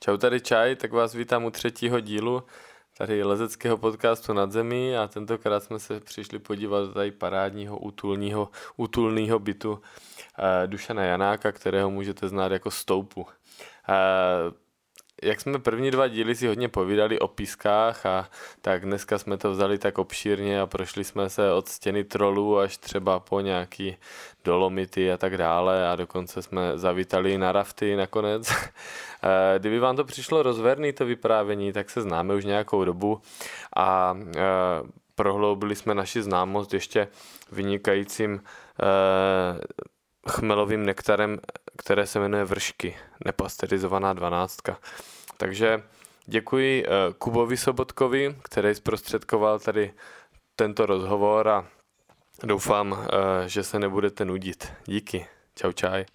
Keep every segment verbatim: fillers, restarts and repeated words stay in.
Čau, tady Čaj, tak vás vítám u třetího dílu tady lezeckého podcastu Nad zemí a tentokrát jsme se přišli podívat do tady parádního útulního, útulného bytu eh, Dušana Janáka, kterého můžete znát jako Stoupu. Eh, jak jsme první dva díly si hodně povídali o pískách, a tak dneska jsme to vzali tak obšírně a prošli jsme se od stěny trolů až třeba po nějaký dolomity a tak dále a dokonce jsme zavítali na rafty nakonec. Kdyby vám to přišlo rozverný to vyprávění, tak se známe už nějakou dobu a prohloubili jsme naši známost ještě vynikajícím chmelovým nektarem, které se jmenuje Vršky, nepasterizovaná dvanáctka. Takže děkuji Kubovi Sobotkovi, který zprostředkoval tady tento rozhovor a doufám, že se nebudete nudit. Díky. Čau, čaj.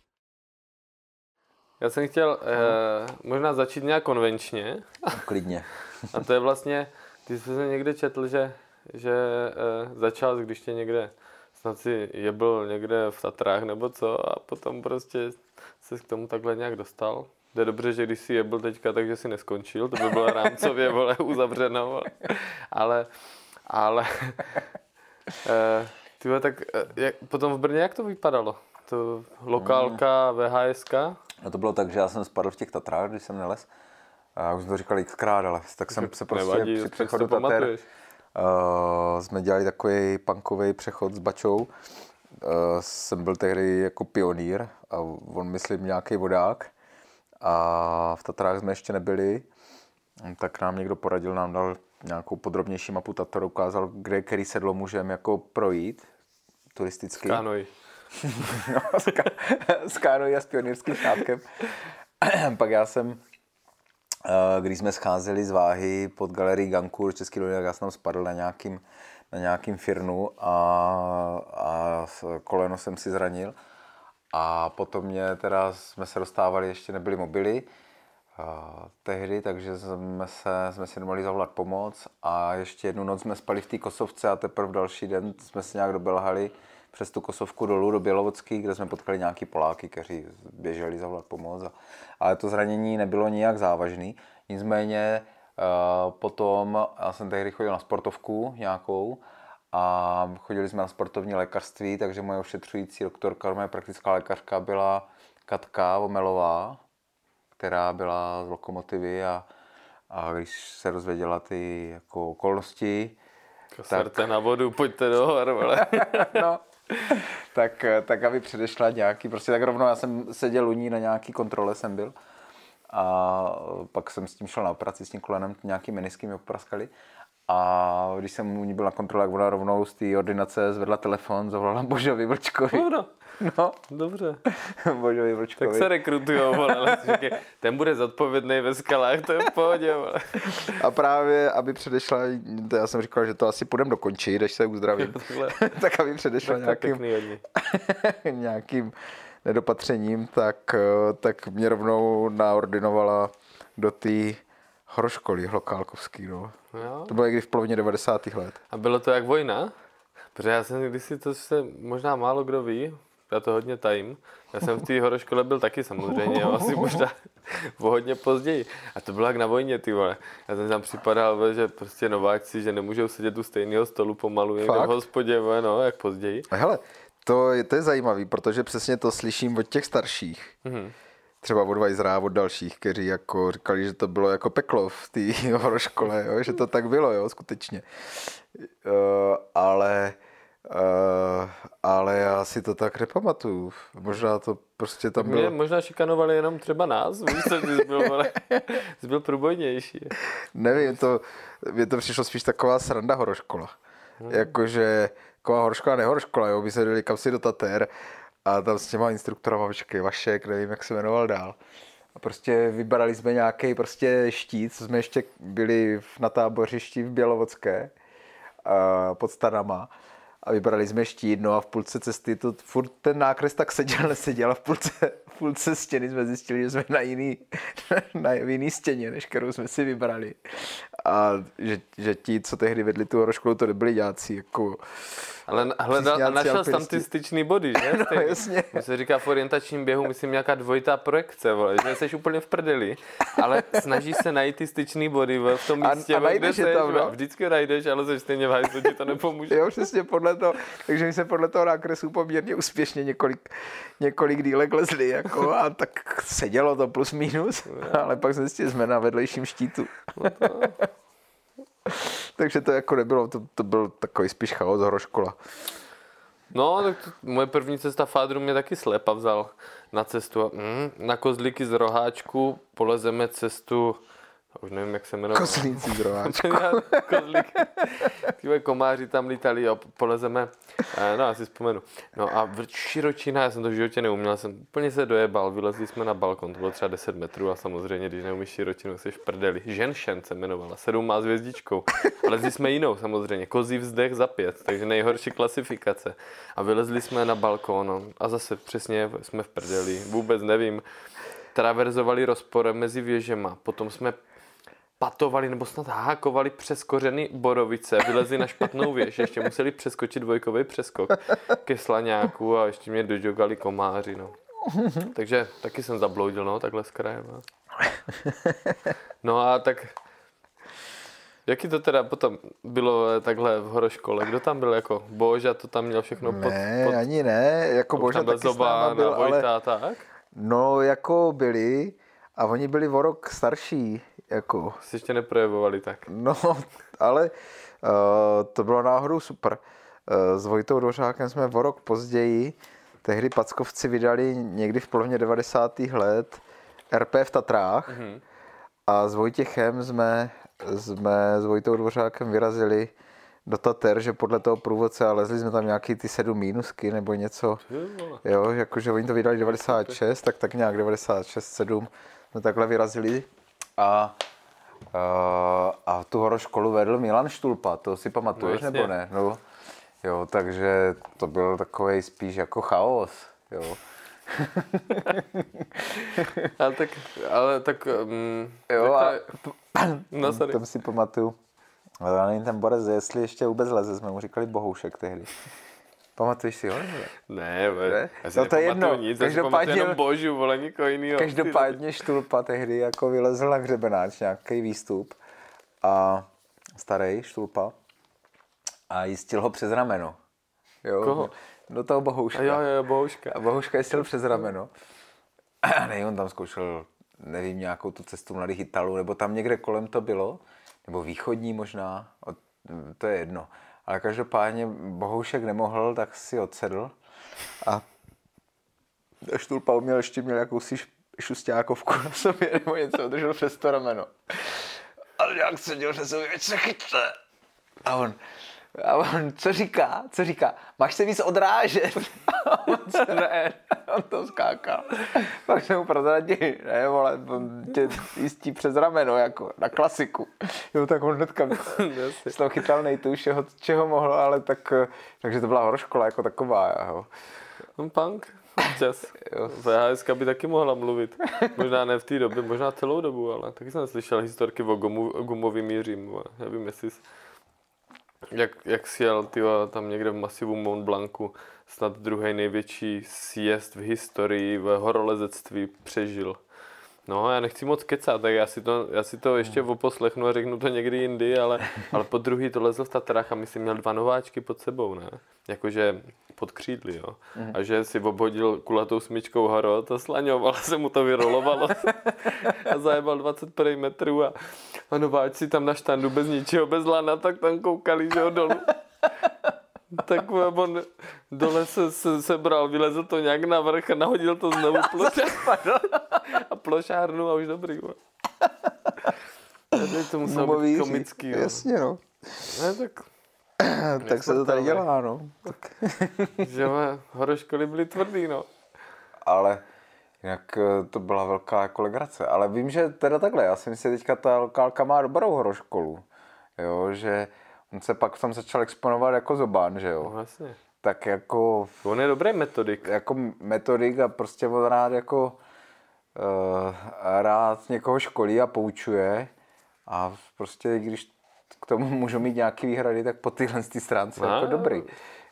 Já jsem chtěl eh, možná začít nějak konvenčně. Klidně. A to je vlastně, ty jsi se někde četl, že, že eh, začal, když tě někde snad si jebl někde v Tatrách nebo co a potom prostě se k tomu takhle nějak dostal. To je dobře, že když si jebl teďka, takže si neskončil, to by bylo rámcově, vole, uzavřeno, vole. Ale, ale, eh, tyhle, tak jak, potom v Brně jak to vypadalo? To lokálka, V H S ka? No to bylo tak, že já jsem spadl v těch Tatrách, když jsem nelez. A už jsem to říkal xkrát, ale tak jsem se prostě nevadí, při přechodu Tater uh, jsme dělali takový punkový přechod s Bačou. Uh, jsem byl tehdy jako pionýr a on myslím nějaký vodák. A v Tatrách jsme ještě nebyli, tak nám někdo poradil, nám dal nějakou podrobnější mapu Tatar, ukázal, kde který sedlo můžeme jako projít turisticky. Skánuj. No, s kánojí a s pionýrským šátkem. Pak já jsem, když jsme scházeli z váhy pod galerií Gankur Český Dolínek, já jsem tam spadl na nějakým, na nějakým firnu a, a koleno jsem si zranil. A potom mě teda jsme se dostávali, ještě nebyly mobily a, tehdy, takže jsme, se, jsme si nemohli zavolat pomoc a ještě jednu noc jsme spali v té Kosovce a teprve další den jsme se nějak dobělhali přes tu Kosovku dolů do Bělovodský, kde jsme potkali nějaký Poláky, kteří běželi zavolat pomoc. A, ale to zranění nebylo nijak závažný. Nicméně uh, potom, já jsem tehdy chodil na sportovku nějakou a chodili jsme na sportovní lékařství, takže moje ošetřující doktorka, moje praktická lékařka byla Katka Vomelová, která byla z Lokomotivy a, a když se dozvěděla ty jako okolnosti, Kasarte tak... na vodu, pojďte do hor, vole. No, tak, tak aby předešla nějaký, prostě tak rovnou já jsem seděl u ní na nějaký kontrole jsem byl a pak jsem s tím šel na operaci s tím kolenem, nějaký menisky mi opraskali a když jsem u ní byl na kontrole, jak ona rovnou z té ordinace zvedla telefon, zavolala Božovi Vlčkovi. No, no, dobře. Božovi Vlčkovi. Tak se rekrutujou, vole, ale ten bude zodpovědný ve skalách, to je v pohodě, vole. A právě, aby předešla, to já jsem říkal, že to asi půjdeme dokončit, až se uzdravím, tak aby předešla nějakým, nějakým nedopatřením, tak, tak mě rovnou naordinovala do té horoškoly lokálkovský, no. Jo. To bylo někdy v polovině devadesátých let. A bylo to jak vojna? Protože já jsem kdysi, to se možná málo kdo ví, já to hodně tajím. Já jsem v té horoškole byl taky samozřejmě, asi možná hodně později. A to bylo jak na vojně, ty vole. Já jsem tam připadal, že prostě nováčci, že nemůžou sedět u stejného stolu pomalu někde v hospodě, no, jak později. A hele, to je, to je zajímavý, protože přesně to slyším od těch starších. Mm-hmm. Třeba od Vajzra, od dalších, kteří jako říkali, že to bylo jako peklo v té horoškole, jo? Že to tak bylo, jo, skutečně. Uh, ale, uh, ale já si to tak nepamatuju. Možná to prostě tam bylo... Mě možná šikanovali jenom třeba nás, víš, co jsi byl, ale jsi byl průbojnější. Nevím, to, mě to přišlo spíš taková sranda horoškola. Hmm. Jakože taková horoškola, nehoroškola, jo, my jsme jeli kam si do Tater, a tam s těma instruktorama, počkej, Vašek, nevím, jak se jmenoval dál. A prostě vybrali jsme nějaký prostě štít, co jsme ještě byli na tábořišti v Bělovodské pod Stanama. A vybrali jsme štít, no a v půlce cesty to furt ten nákres tak seděl, neseděl a v půlce, v půlce stěny jsme zjistili, že jsme na jiný, na jiný stěně, než kterou jsme si vybrali. A že, že ti, co tehdy vedli tu horoškolu, to nebyli děláci, jako... Ale hledal a našel tam ty styčný body, že? No, jasně. To se říká v orientačním běhu, myslím, nějaká dvojitá projekce, vole, že jsi úplně v prdeli, ale snažíš se najít ty styčný body v tom místě, a, a kde seš, tam, no? A vždycky najdeš, ale jsi stejně v hajzlu, ti to nepomůže. Jo, přesně podle toho, takže my se podle toho nákresu poměrně úspěšně několik, několik dílek lezli, jako, a tak sedělo to plus minus, ale pak zjistili jsme na vedlejším štítu. No to... Takže to jako nebylo, to, to byl takový spíš chaos horoškola. No, tak to, moje první cesta fádru mě taky slepa vzal na cestu. Mm, na kozlíky z Roháčku polezeme cestu, už nevím, jak se jmenuje. Kozlíci z Roháčku. Kozlíky. Tyhle komáři tam lítali, jo, polezeme, no asi vzpomenu. No a v Širočína, já jsem to v životě neuměl, jsem úplně se dojebal, vylezli jsme na balkon, to bylo třeba deset metrů a samozřejmě, když neumíš Širočinu, jsi v prdeli. Ženšen se jmenovala, sedm má s hvězdičkou. Lezli jsme jinou samozřejmě, kozí vzdech za pět, takže nejhorší klasifikace. A vylezli jsme na balkon a zase přesně jsme v prdeli, vůbec nevím. Traverzovali rozporem mezi věžema, potom jsme patovali nebo snad hákovali přes kořeny borovice, vylezli na špatnou věž, ještě museli přeskočit dvojkový přeskok ke Slaňáku a ještě mě dojogali komáři, no. Takže taky jsem zabloudil, no, takhle z kraje. No. No a tak, jaký to teda potom bylo takhle v horoškole? Kdo tam byl jako Boža, to tam měl všechno pod... Ne, pod... ani ne, jako Boža taky Zobán, byl, Vojta, ale... tak? No, jako byli a oni byli o rok starší, jako. Si ještě neprojevovali tak. No, ale uh, to bylo náhodou super. Uh, s Vojtou Dvořákem jsme o rok později, tehdy Packovci vydali někdy v polovině devadesátých let er pé v Tatrách mm-hmm. a s Vojtěchem jsme, jsme s Vojtou Dvořákem vyrazili do Tater, že podle toho průvodce a lezli jsme tam nějaký ty sedm mínusky nebo něco. Jo, jakože oni to vydali devadesát šest, tak tak nějak devadesát šest sedm jsme takhle vyrazili a Uh, a tu horoškolu vedl Milan Štulpa, to si pamatuješ, no, nebo ne? No, jo, takže to byl takovej spíš jako chaos, jo. ale tak, ale tak... Um, jo, a no, tam si pamatuju. Ale nevím, ten Borec, jestli ještě vůbec leze, jsme mu říkali Bohoušek tehdy. Pamatuješ si ho? Ne, ne? Já si no to je jedno. Nic, já si pamatuju jenom Božu, vole, nikoho jinýho. Každopádně Štulpa tehdy jako vylezl na hřebenáč, nějaký výstup a starý Štulpa a jistil ho přes rameno. Jo? Koho? Do toho Bohouška. A jo, jo, Bohouška. A Bohouška jistil přes rameno. A nej, on tam zkoušel, nevím, nějakou tu cestu mladých Italů, nebo tam někde kolem to bylo, nebo východní možná, to je jedno. Ale každopádně Bohoušek nemohl, tak si odsedl a Štulpa uměl, ještě měl jakousi šustákovku na sobě nebo něco, držel přes to rameno. A nějak seděl přes sobě, co chyťte. A on, a on, co říká, co říká, máš se víc odrážet. A on se ne, on to skákal. Pak se mu prozradili, ne vole, on tě jistí přes rameno, jako na klasiku. Jo, tak on hnedka z toho chytal nejtuž, čeho, čeho mohl, ale tak, takže to byla horoškola jako taková, jo. On punk, občas. vé há eska by taky mohla mluvit. Možná ne v té době, možná celou dobu, ale taky jsem slyšel historky o gumu, gumovým Jiřím. Nevím, jestli jsi, jak, jak sjel tyjo, tam někde v masivu Mont Blancu, snad druhý největší sjezd v historii v horolezectví přežil. No, já nechci moc kecat, tak já si to, já si to ještě oposlechnu a řeknu to někdy jindy, ale, ale po druhý to lezl v Tatrách a myslím, měl dva nováčky pod sebou, ne? Jakože pod křídly, jo. A že si obhodil kulatou smyčkou horot a slaňoval, se mu to vyrolovalo a zajebal dvacet pět metrů a, a nováčci tam na štandu bez ničeho, bez lana, tak tam koukali, že ho dolů. Tak on dole se, se sebral, vylezl to nějak na vrch a nahodil to znovu plošár. A plošárnu a už dobrý. To muselo být komický. Jasně, no. Ne, tak tak se to tady dělá, no. Tak. Že horoškoly byly tvrdý, no. Ale jinak to byla velká jako legrace. Ale vím, že teda takhle, já si myslím, že teďka ta lokálka má dobrou horoškolu. Jo, že on se pak tam začal exponovat jako Zobán, že jo. No, vlastně. Tak jako... On je dobrý metodik. Jako metodik a prostě on rád jako uh, rád někoho školí a poučuje. A prostě když k tomu můžou mít nějaký výhrady, tak po tyhle stránce no. Jako dobrý.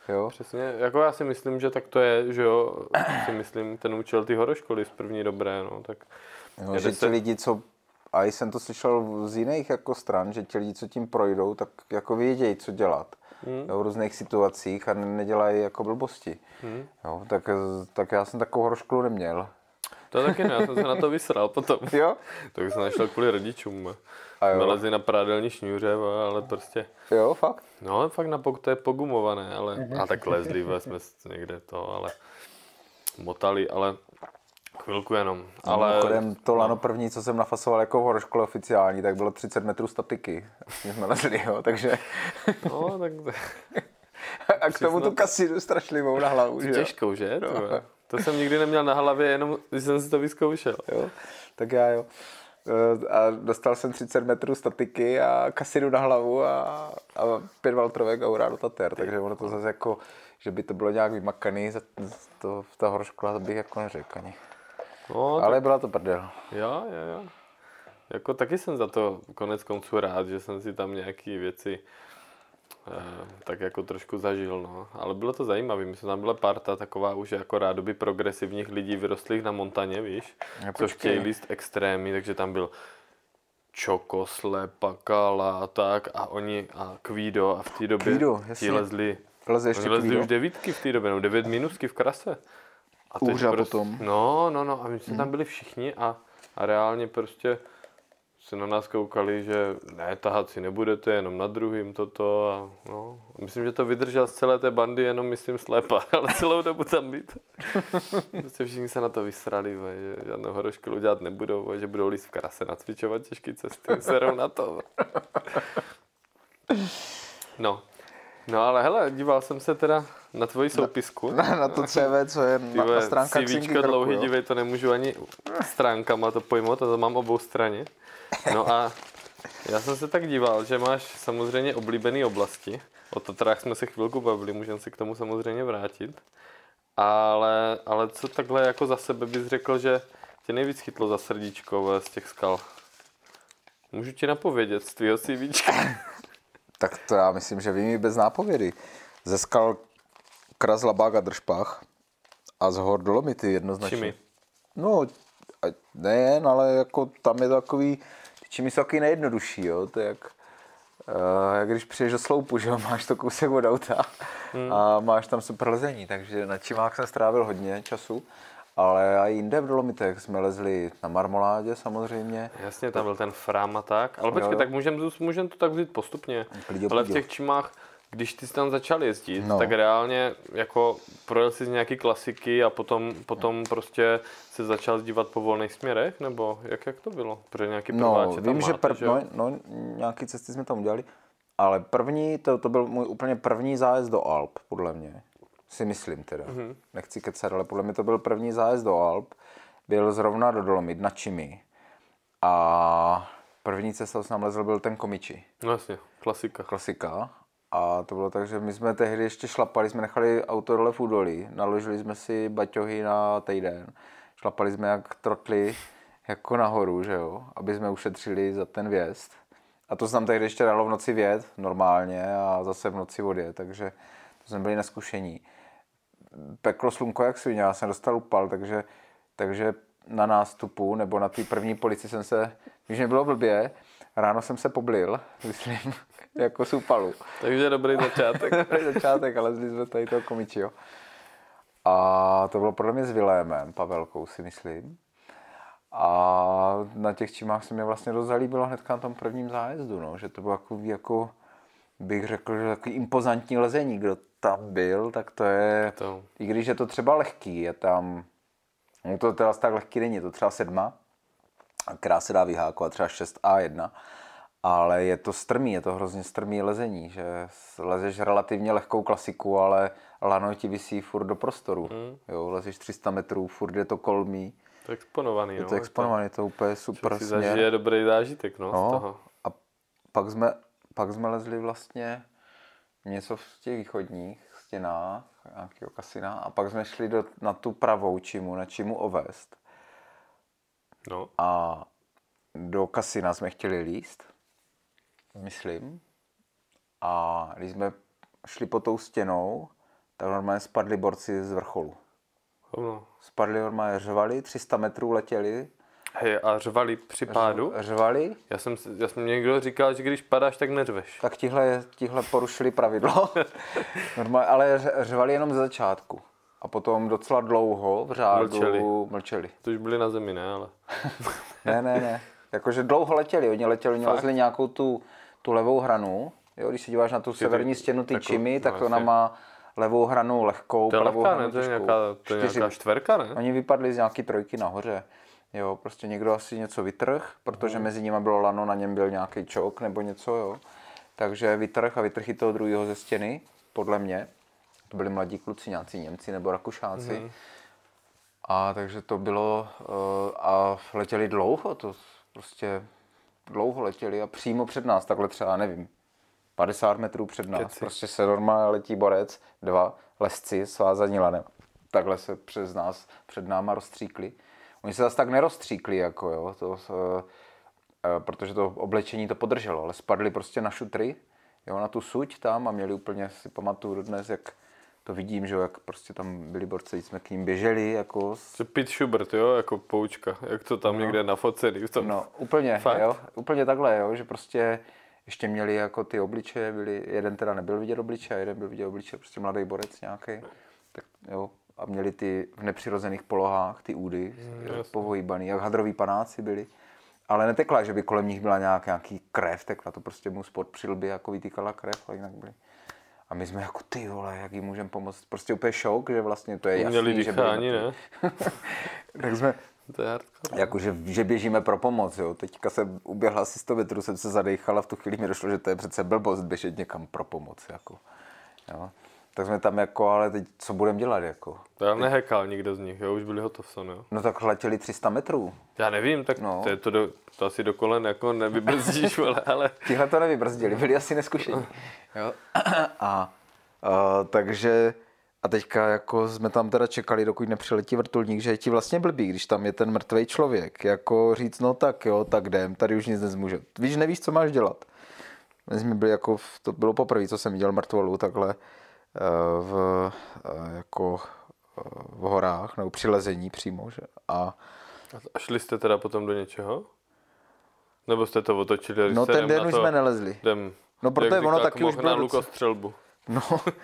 Jo? Přesně, jako já si myslím, že tak to je, že jo, si myslím, ten účel ty horoškoly z první dobré, no, tak... No, že ti se... lidi, co, a jsem to slyšel z jiných jako stran, že ti lidi, co tím projdou, tak jako vědějí, co dělat. Hmm. Jo, v různých situacích a nedělají jako blbosti. Hmm. Jo, tak, tak já jsem takovou horoškolu neměl. To taky ne, já jsem se na to vysral potom. Jo? Tak jsem našel kvůli rodičům. Jsme lezli na prádelní šňůře, ale prostě... Jo, fakt? No, fakt na pok, to je pogumované, ale... Mm-hmm. A tak lezli, jsme někde to, ale... Motali, ale... Chvilku jenom, no, ale... Mimochodem, to lano první, co jsem nafasoval jako v horoškole oficiální, tak bylo třicet metrů statiky. Vlastně jsme lezli, jo, takže... No, tak... A k tomu tu kasinu strašlivou na hlavu, že? Těžkou, že? No. To jsem nikdy neměl na hlavě, jenom když jsem si to vyzkoušel. Jo, tak já jo. A dostal jsem třicet metrů statiky a kasinu na hlavu a, a pět valtrovek a urá do Tater, takže ono to zase jako, že by to bylo nějak vymakaný, to v ta horoškola bych jako neřekl ani. No, ale tak... byla to prdel. Jo, jo, jo. Jako taky jsem za to konec konců rád, že jsem si tam nějaký věci eh, tak jako trošku zažil, no. Ale bylo to zajímavé, my jsme tam byla parta taková už jako rádoby progresivních lidí vyrostlých na montaně, víš, ja, což chtějí líst extrémy, takže tam byl Čokosle, Pakala a tak a oni a Kvído a v té době Kvído, ti lezli, oni lezli už devítky v té době, no devět minusky v krase. A teď Úřa prostě, potom. No, no, no a my jsme hmm. tam byli všichni a, a reálně prostě se na nás koukali, že ne, tahat si nebudete, jenom na druhým toto a no. Myslím, že to vydržel z celé té bandy, jenom myslím Slepa, ale celou dobu tam být. Prostě všichni se na to vysrali, že žádnou horoškolu dělat nebudou, že budou líst v krase nacvičovat těžké cesty, serou na to. No. No ale hele, díval jsem se teda na tvoji soupisku. Na, na to C V, co je na, na stránkách CVčko dlouhý, dívej, to nemůžu ani stránkama to pojmout, to mám obou straně. No a já jsem se tak díval, že máš samozřejmě oblíbené oblasti. O Tatrách jsme se chvilku bavili, můžeme se k tomu samozřejmě vrátit. Ale, ale co takhle jako za sebe bys řekl, že tě nejvíc chytlo za srdíčko z těch skal? Můžu ti napovědět z tvýho CVčka. Tak to já myslím, že vím i bez nápovědy. Ze skal Kras, Labák a Držpach a z hor Dolomity jednoznačně. Čimi? No, nejen, ale jako tam je to takový, čimi jsou takový nejjednodušší, jo, to je jak, uh, jak když přijdeš do sloupu, že jo, máš to kousek od auta hmm. a máš tam super lezení, takže na Čimách jsem strávil hodně času. Ale i jinde v Dolomitech jsme lezli na Marmoládě samozřejmě. Jasně, tam byl ten Frám a tak. Ale počkej, tak můžeme můžem to tak vzít postupně. Klidio, ale v těch Čimách, když ty jsi tam začal jezdit, no. tak reálně jako projel jsi z nějaký klasiky a potom, potom prostě se začal dívat po volných směrech? Nebo jak, jak to bylo? Protože nějaký prváče no, tam vím, máte, že, prv, že no, no, nějaký cesty jsme tam udělali, ale první, to, to byl můj úplně první zájezd do Alp, podle mě. Si myslím teda. Mm-hmm. Nechci kecat, ale podle mě to byl první zájezd do Alp. Byl zrovna do Dolomit na Čimy. A první cesta, co nám lezl, byl ten Komiči. No jasně, klasika. Klasika. A to bylo tak, že my jsme tehdy ještě šlapali, jsme nechali auto dole v údolí, naložili jsme si baťohy na týden. Šlapali jsme jak trotli jako nahoru, že jo, aby jsme ušetřili za ten vjezd. A to se nám tehdy ještě dalo v noci vjet normálně a zase v noci odjet, takže to jsme byli neskušení. Peklo slunko jak svině, já jsem dostal upal, takže, takže na nástupu nebo na té první polici jsem se, když mě bylo blbě, ráno jsem se poblil, myslím, jako z úpalu. Takže dobrý začátek. Dobrý začátek, ale zli jsme tady toho Komičiho. A to bylo podle mě s Vilémem, Pavelkou si myslím. A na těch Čimách se mi vlastně dost zalíbilo hnedka na tom prvním zájezdu, no, že to bylo jako, jako bych řekl, že takový impozantní lezení, kdo tam byl, tak to je, to. I když je to třeba lehký, je tam, no to teda tak lehký není, je to třeba sedma, která se dá vyhákovat, třeba šest A jedna, ale je to strmý, je to hrozně strmý lezení, že lezeš relativně lehkou klasiku, ale lano ti visí furt do prostoru, hmm. jo, lezeš tři sta metrů, furt je to kolmý. To je exponovaný, je no. to exponovaný, je to úplně super směr. směr. Zažije dobrý zážitek, no, no z toho. A pak jsme, pak jsme lezli vlastně něco v těch východních stěnách, nějakého kasina, a pak jsme šli do, na tu pravou Čimu, na Čimu Ovest. No. A do kasina jsme chtěli líst, myslím. A když jsme šli po tou stěnou, tak normálně spadli borci z vrcholu. No. Spadli normálně, řvali, tři sta metrů letěli. Hej, a řvali při pádu? Řvali. Já jsem, já jsem někdo říkal, že když padáš, tak neřveš. Tak tihle, tihle porušili pravidlo. Normálně, ale řvali jenom ze začátku. A potom docela dlouho v řádu Mlčeli. mlčeli. To už byli na zemi, ne? Ale... ne, ne, ne. Jakože dlouho letěli. Oni letěli, oni Fakt? lezli nějakou tu, tu levou hranu. Jo, když se díváš na tu Ty, severní stěnu ty jako, Čimy, tak no, to ona má levou hranu lehkou, to je pravou lehká, hranu ne? To je těžkou. nějaká, to je nějaká čtverka, ne? Oni vypadli z nějaký trojky nahoře. Jo, prostě někdo asi něco vytrh, protože mezi nimi bylo lano, na něm byl nějaký čok nebo něco, jo. Takže vytrh a vytrh i toho druhého ze stěny, podle mě. To byli mladí kluci, nějací Němci nebo Rakušáci. Mm. A takže to bylo, uh, a letěli dlouho, to prostě dlouho letěli a přímo před nás, takhle třeba, nevím, padesát metrů před nás. Keci. Prostě se normálně letí borec, dva lesci svázaní lanem. Takhle se přes nás, před náma rozstříkli. Oni se zase tak nerozstříkli, jako jo, to, uh, uh, protože to oblečení to podrželo, ale spadli prostě na šutry, jo, na tu suť tam a měli úplně, si pamatuju dodnes, jak to vidím, že jo, jak prostě tam byli borci, jsme k ním běželi, jako... To Pete Schubert, jo, jako poučka, jak to tam no. někde nafocený. V tom... No, úplně, Fakt? jo, úplně takhle, jo, že prostě ještě měli jako ty obličeje, byli, jeden teda nebyl vidět obličeje, a jeden byl vidět obličeje, prostě mladý borec nějaký, tak jo, a měli ty v nepřirozených polohách, ty údy, mm, povohýbaný, jak hadroví panáci byli, ale netekla, že by kolem nich byla nějak, nějaký krev, tekla to prostě mu spod přilby, jako vytýkala krev, ale jinak byli. A my jsme jako, ty vole, jak jim můžeme pomoct, prostě úplně šok, že vlastně to je jasný, Měli že dýchání, ne? Tak jsme, to je hardcore. jako, že, že běžíme pro pomoc, jo. Teďka jsem uběhla asi sto metrů, jsem se zadejchala, v tu chvíli mi došlo, že to je přece blbost běžet někam pro pomoc, jako. Jo. Tak jsme tam jako, ale teď co budeme dělat, jako. Já nehekal nikdo z nich, jo, už byli hotov sam, jo. No tak letěli tři sta metrů. Já nevím, tak no. to, je to, do, to asi do kolen jako nevybrzdíš, ale, ale... Tihle to nevybrzdili, byli asi neskušení. Jo. A uh, takže... A teďka jako jsme tam teda čekali, dokud nepřiletí vrtulník, že je ti vlastně blbý, když tam je ten mrtvej člověk. Jako říct, no tak jo, tak jdem, tady už nic nezmůže. Víš, nevíš, co máš dělat. My jsme byli jako, to bylo poprvé, co jsem viděl mrtvolu takhle v, jako v horách, nebo při lezení přímo. Že? A, a šli jste teda potom do něčeho? Nebo jste to otočili? No ten den už jsme nelezli. Jdem, no protože ono taky už bylo... na lukostřelbu. No,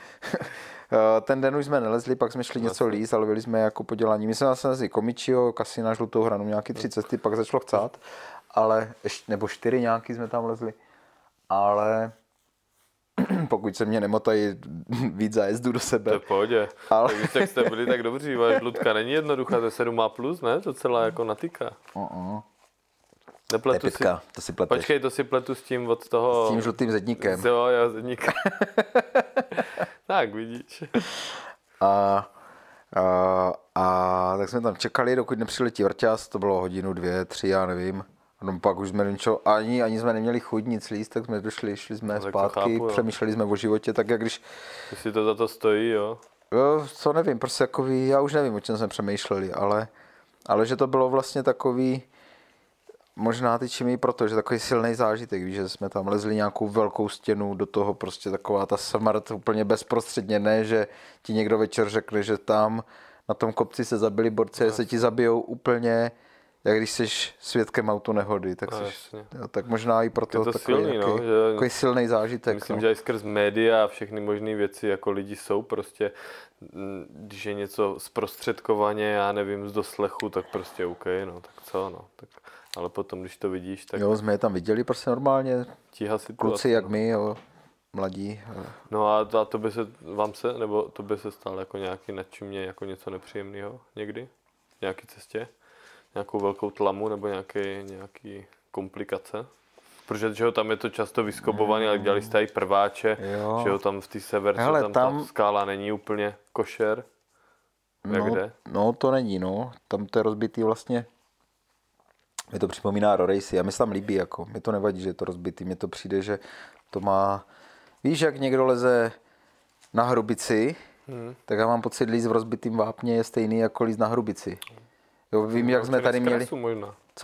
ten den už jsme nelezli, pak jsme šli něco líst, ale byli jsme jako podělání. My jsme zase lezli Komičího, Kasina, Žlutou hranu, nějaký tři cesty, pak začalo chcát, ale ještě, nebo čtyři nějaký jsme tam lezli. Ale pokud se mě nemotají víc zájezdů do sebe. To je v pohodě. Ale... Tak když jste byli tak dobří, ale Žlutka není jednoduchá, to je sedm a plus, ne? To celá jako natýká. Uh-uh. Nepletu to je pětka, si... to si pleteš. Počkej, to si pletu s tím od toho... S tím žlutým zedníkem. Jo, jo, zedník. Tak, vidíš. A, a, a tak jsme tam čekali, dokud nepřiletí vrťas, to bylo hodinu, dvě, tři, já nevím. A no, pak už jsme ničo, ani, ani jsme neměli chuť nic líst, tak jsme došli, šli jsme no, zpátky, chápu, přemýšleli jsme o životě, tak jak když... Jestli to za to stojí, jo? Jo, co nevím, prostě takový, já už nevím, o čem jsme přemýšleli, ale, ale že to bylo vlastně takový... Možná ty Čimy proto, že takový silný zážitek, víš, že jsme tam lezli nějakou velkou stěnu, do toho prostě taková ta smrt úplně bezprostředně, ne, že ti někdo večer řekne, že tam na tom kopci se zabili borci, no, se ti zabijou úplně, jak když jsi svědkem autonehody, tak, no, jsi, jo, tak možná i proto je to takový, silný, jaký, no, že takový silný zážitek. Myslím, no. že i skrz média a všechny možné věci, jako lidi jsou prostě, když je něco zprostředkovaně, já nevím, z doslechu, tak prostě OK, no, tak co, no, tak... Ale potom, když to vidíš, tak... Jo, jsme je tam viděli prostě normálně, kluci jak my, jo, mladí. Jo. No a to, a to by se, vám se, nebo to by se stalo jako nějaký nadčumě, jako něco nepříjemného někdy? V nějaké cestě? Nějakou velkou tlamu nebo nějaký, nějaký komplikace? Protože že jo, tam je to často vyskobované, mm. ale dělali jste i prváče, jo. Že jo, tam v té severce, hele, tam, tam ta skála není úplně košer. Jak no, jde? No to není, no, tam to je rozbitý vlastně. Mě to připomíná Rorejsi a mi se tam líbí, jako, mi to nevadí, že je to rozbitý, mně to přijde, že to má, víš, jak někdo leze na hrubici, hmm. tak já mám pocit, líst v rozbitým vápně je stejný jako líst na hrubici. Jo, vím, jak jsme tady měli... Možná. Co?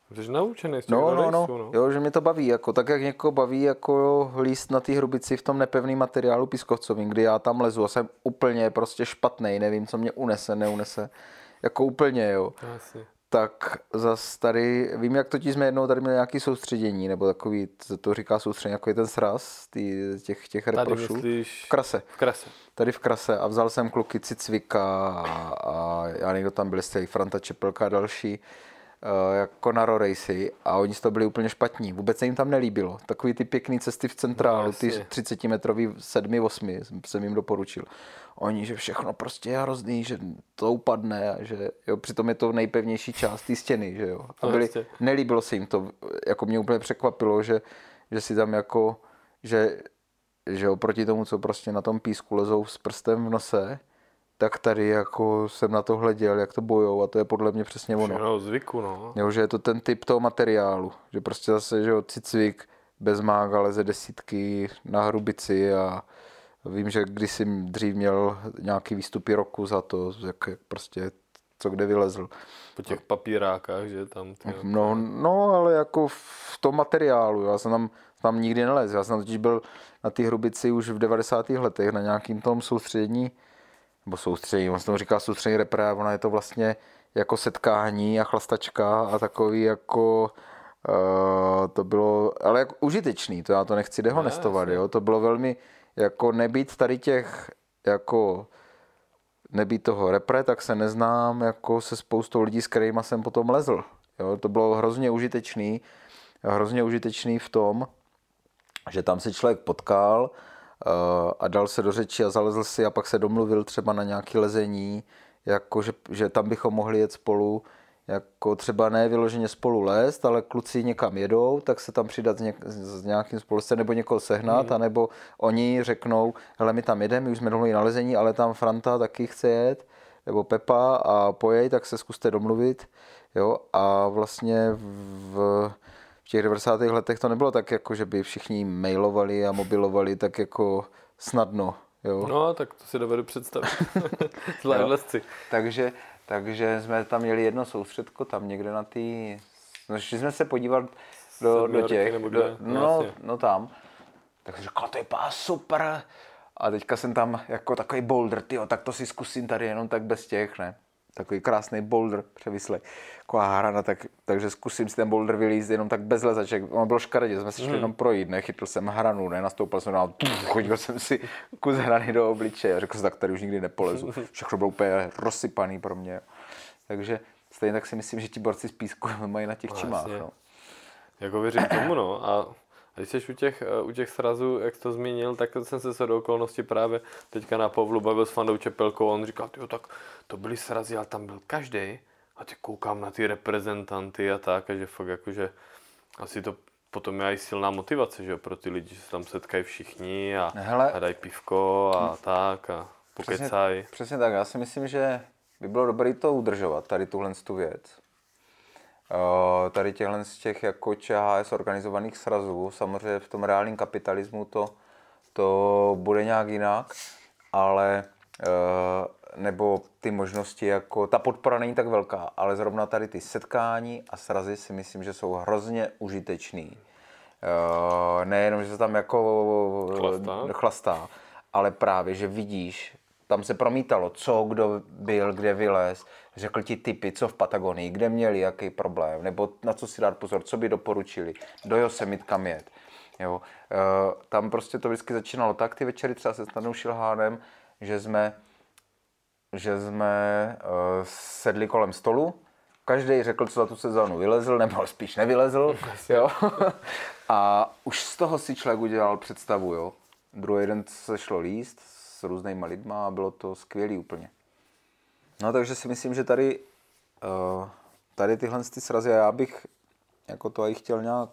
Jsi naučený z těch No, no, no, rejsů, no. jo, že mě to baví, jako, tak jak někoho baví jako líst na té hrubici v tom nepevném materiálu pískovcovým, kdy já tam lezu a jsem úplně prostě špatnej, nevím, co mě unese, neunese, jako úplně, jo. Asi. Tak zas tady, vím, jak totiž jsme jednou tady měli nějaký soustředění, nebo takový, co to říká soustředění, jako je ten sraz tý, těch, těch reprošů. Tady myslíš... V Krase. V Krase. Tady v Krase a vzal jsem kluky Cicvika a, a já někdo tam byl stejný, Franta Čepelka a další, uh, jako na rorejsy a oni z toho byli úplně špatní. Vůbec se jim tam nelíbilo. Takový ty pěkný cesty v centrálu, no, ty třicetimetrový sedmi osmi jsem jim doporučil. Oni, že všechno prostě je hrozný, že to upadne a že jo, přitom je to nejpevnější část té stěny, že jo. A byli, nelíbilo se jim to, jako mě úplně překvapilo, že, že si tam jako, že, že oproti tomu, co prostě na tom písku lezou s prstem v nose, tak tady jako jsem na to hleděl, jak to bojou a to je podle mě přesně ono. Všechno zvyku, no. Jo, že je to ten typ toho materiálu, že prostě zase, že jo, Cicvik bez mága leze desítky na hrubici a vím, že když jsem dřív měl nějaký výstupy roku za to, jak, jak prostě co kde vylezl. Po těch papírákách, že tam... Ty, no, no, ale jako v tom materiálu, já jsem tam, tam nikdy nelez. Já jsem totiž byl na té hrubici už v devadesátých letech na nějakým tom soustředění, nebo soustředění, on se tomu říká soustředění repre, ona je to vlastně jako setkání a chlastačka a takový jako... Uh, to bylo, ale jako užitečný, to já to nechci dehonestovat, jo, to bylo velmi, jako nebýt tady těch, jako nebýt toho repre, tak se neznám, jako se spoustou lidí, s kterýma jsem potom lezl, jo, to bylo hrozně užitečný, hrozně užitečný v tom, že tam se člověk potkal uh, a dal se do řeči a zalezl si a pak se domluvil třeba na nějaké lezení, jako že, že tam bychom mohli jet spolu, jako třeba ne vyloženě spolu lézt, ale kluci někam jedou, tak se tam přidat s, něk- s nějakým společcem nebo někoho sehnat, mm. anebo oni řeknou, hele, my tam jedeme, my už jsme domluvili na lezení, ale tam Franta taky chce jet, nebo Pepa a pojej, tak se zkuste domluvit, jo, a vlastně v, v těch devadesátých letech to nebylo tak, jako že by všichni mailovali a mobilovali tak jako snadno, jo. No, tak to si dovedu představit. Zlé lesci. Takže Takže jsme tam měli jedno soustředko, tam někde na ty... No, šli jsme se podívat do, do těch... Do, no, no tam. Tak jsem říkal, to je pás super. A teďka jsem tam jako takový boulder, tyjo, tak to si zkusím tady jenom tak bez těch, ne? Takový krásný boulder převislej. Taková hrana, tak, takže zkusím si ten boulder vylízt jenom tak bez lezaček. Ono bylo škaredě, jsme se šli hmm. jenom projít, ne? Chytl jsem hranu, ne? Nastoupil jsem dál, chodil jsem si kus hrany do obličeje a řekl jsem, tak tady už nikdy nepolezu. Všechno bylo úplně rozsypaný pro mě. Takže stejně tak si myslím, že ti borci z písku mají na těch čimách, no. Jako věřím tomu, no. A A když jsi u těch, u těch srazů, jak jsi to zmínil, tak jsem se do okolností právě teďka na Pavlu bavil s Fandou Čepelkou a on říkal, tyjo, tak to byly srazy, ale tam byl každý. A teď koukám na ty reprezentanty a tak, a že fakt jakože asi to potom je i silná motivace, že jo, pro ty lidi, že se tam setkají všichni a, a dají pivko a tak a pokecají. Přesně, přesně tak, já si myslím, že by bylo dobré to udržovat, tady tuhle tu věc. Uh, tady těchhle z těch jako Č H S organizovaných srazů, samozřejmě v tom reálném kapitalismu to, to bude nějak jinak, ale uh, nebo ty možnosti, jako ta podpora není tak velká, ale zrovna tady ty setkání a srazy si myslím, že jsou hrozně užitečný. Uh, nejenom, že se tam jako chlastá. chlastá, ale právě, že vidíš, tam se promítalo, co kdo byl, kde vylez, řekl ti tipy, co v Patagonii, kde měli, jaký problém, nebo na co si dát pozor, co by doporučili, do Yosemite kam jet. Jo. E, tam prostě to vždycky začínalo tak, ty večery třeba se Snadnou Šilhánem, že jsme, že jsme e, sedli kolem stolu, každý řekl, co za tu sezónu vylezl, nebo spíš nevylezl, jo. A už z toho si člověk udělal představu, jo. Druhý den se šlo líst s různýma lidma a bylo to skvělý úplně. No takže si myslím, že tady, uh, tady tyhle ty srazy, já bych jako to i chtěl nějak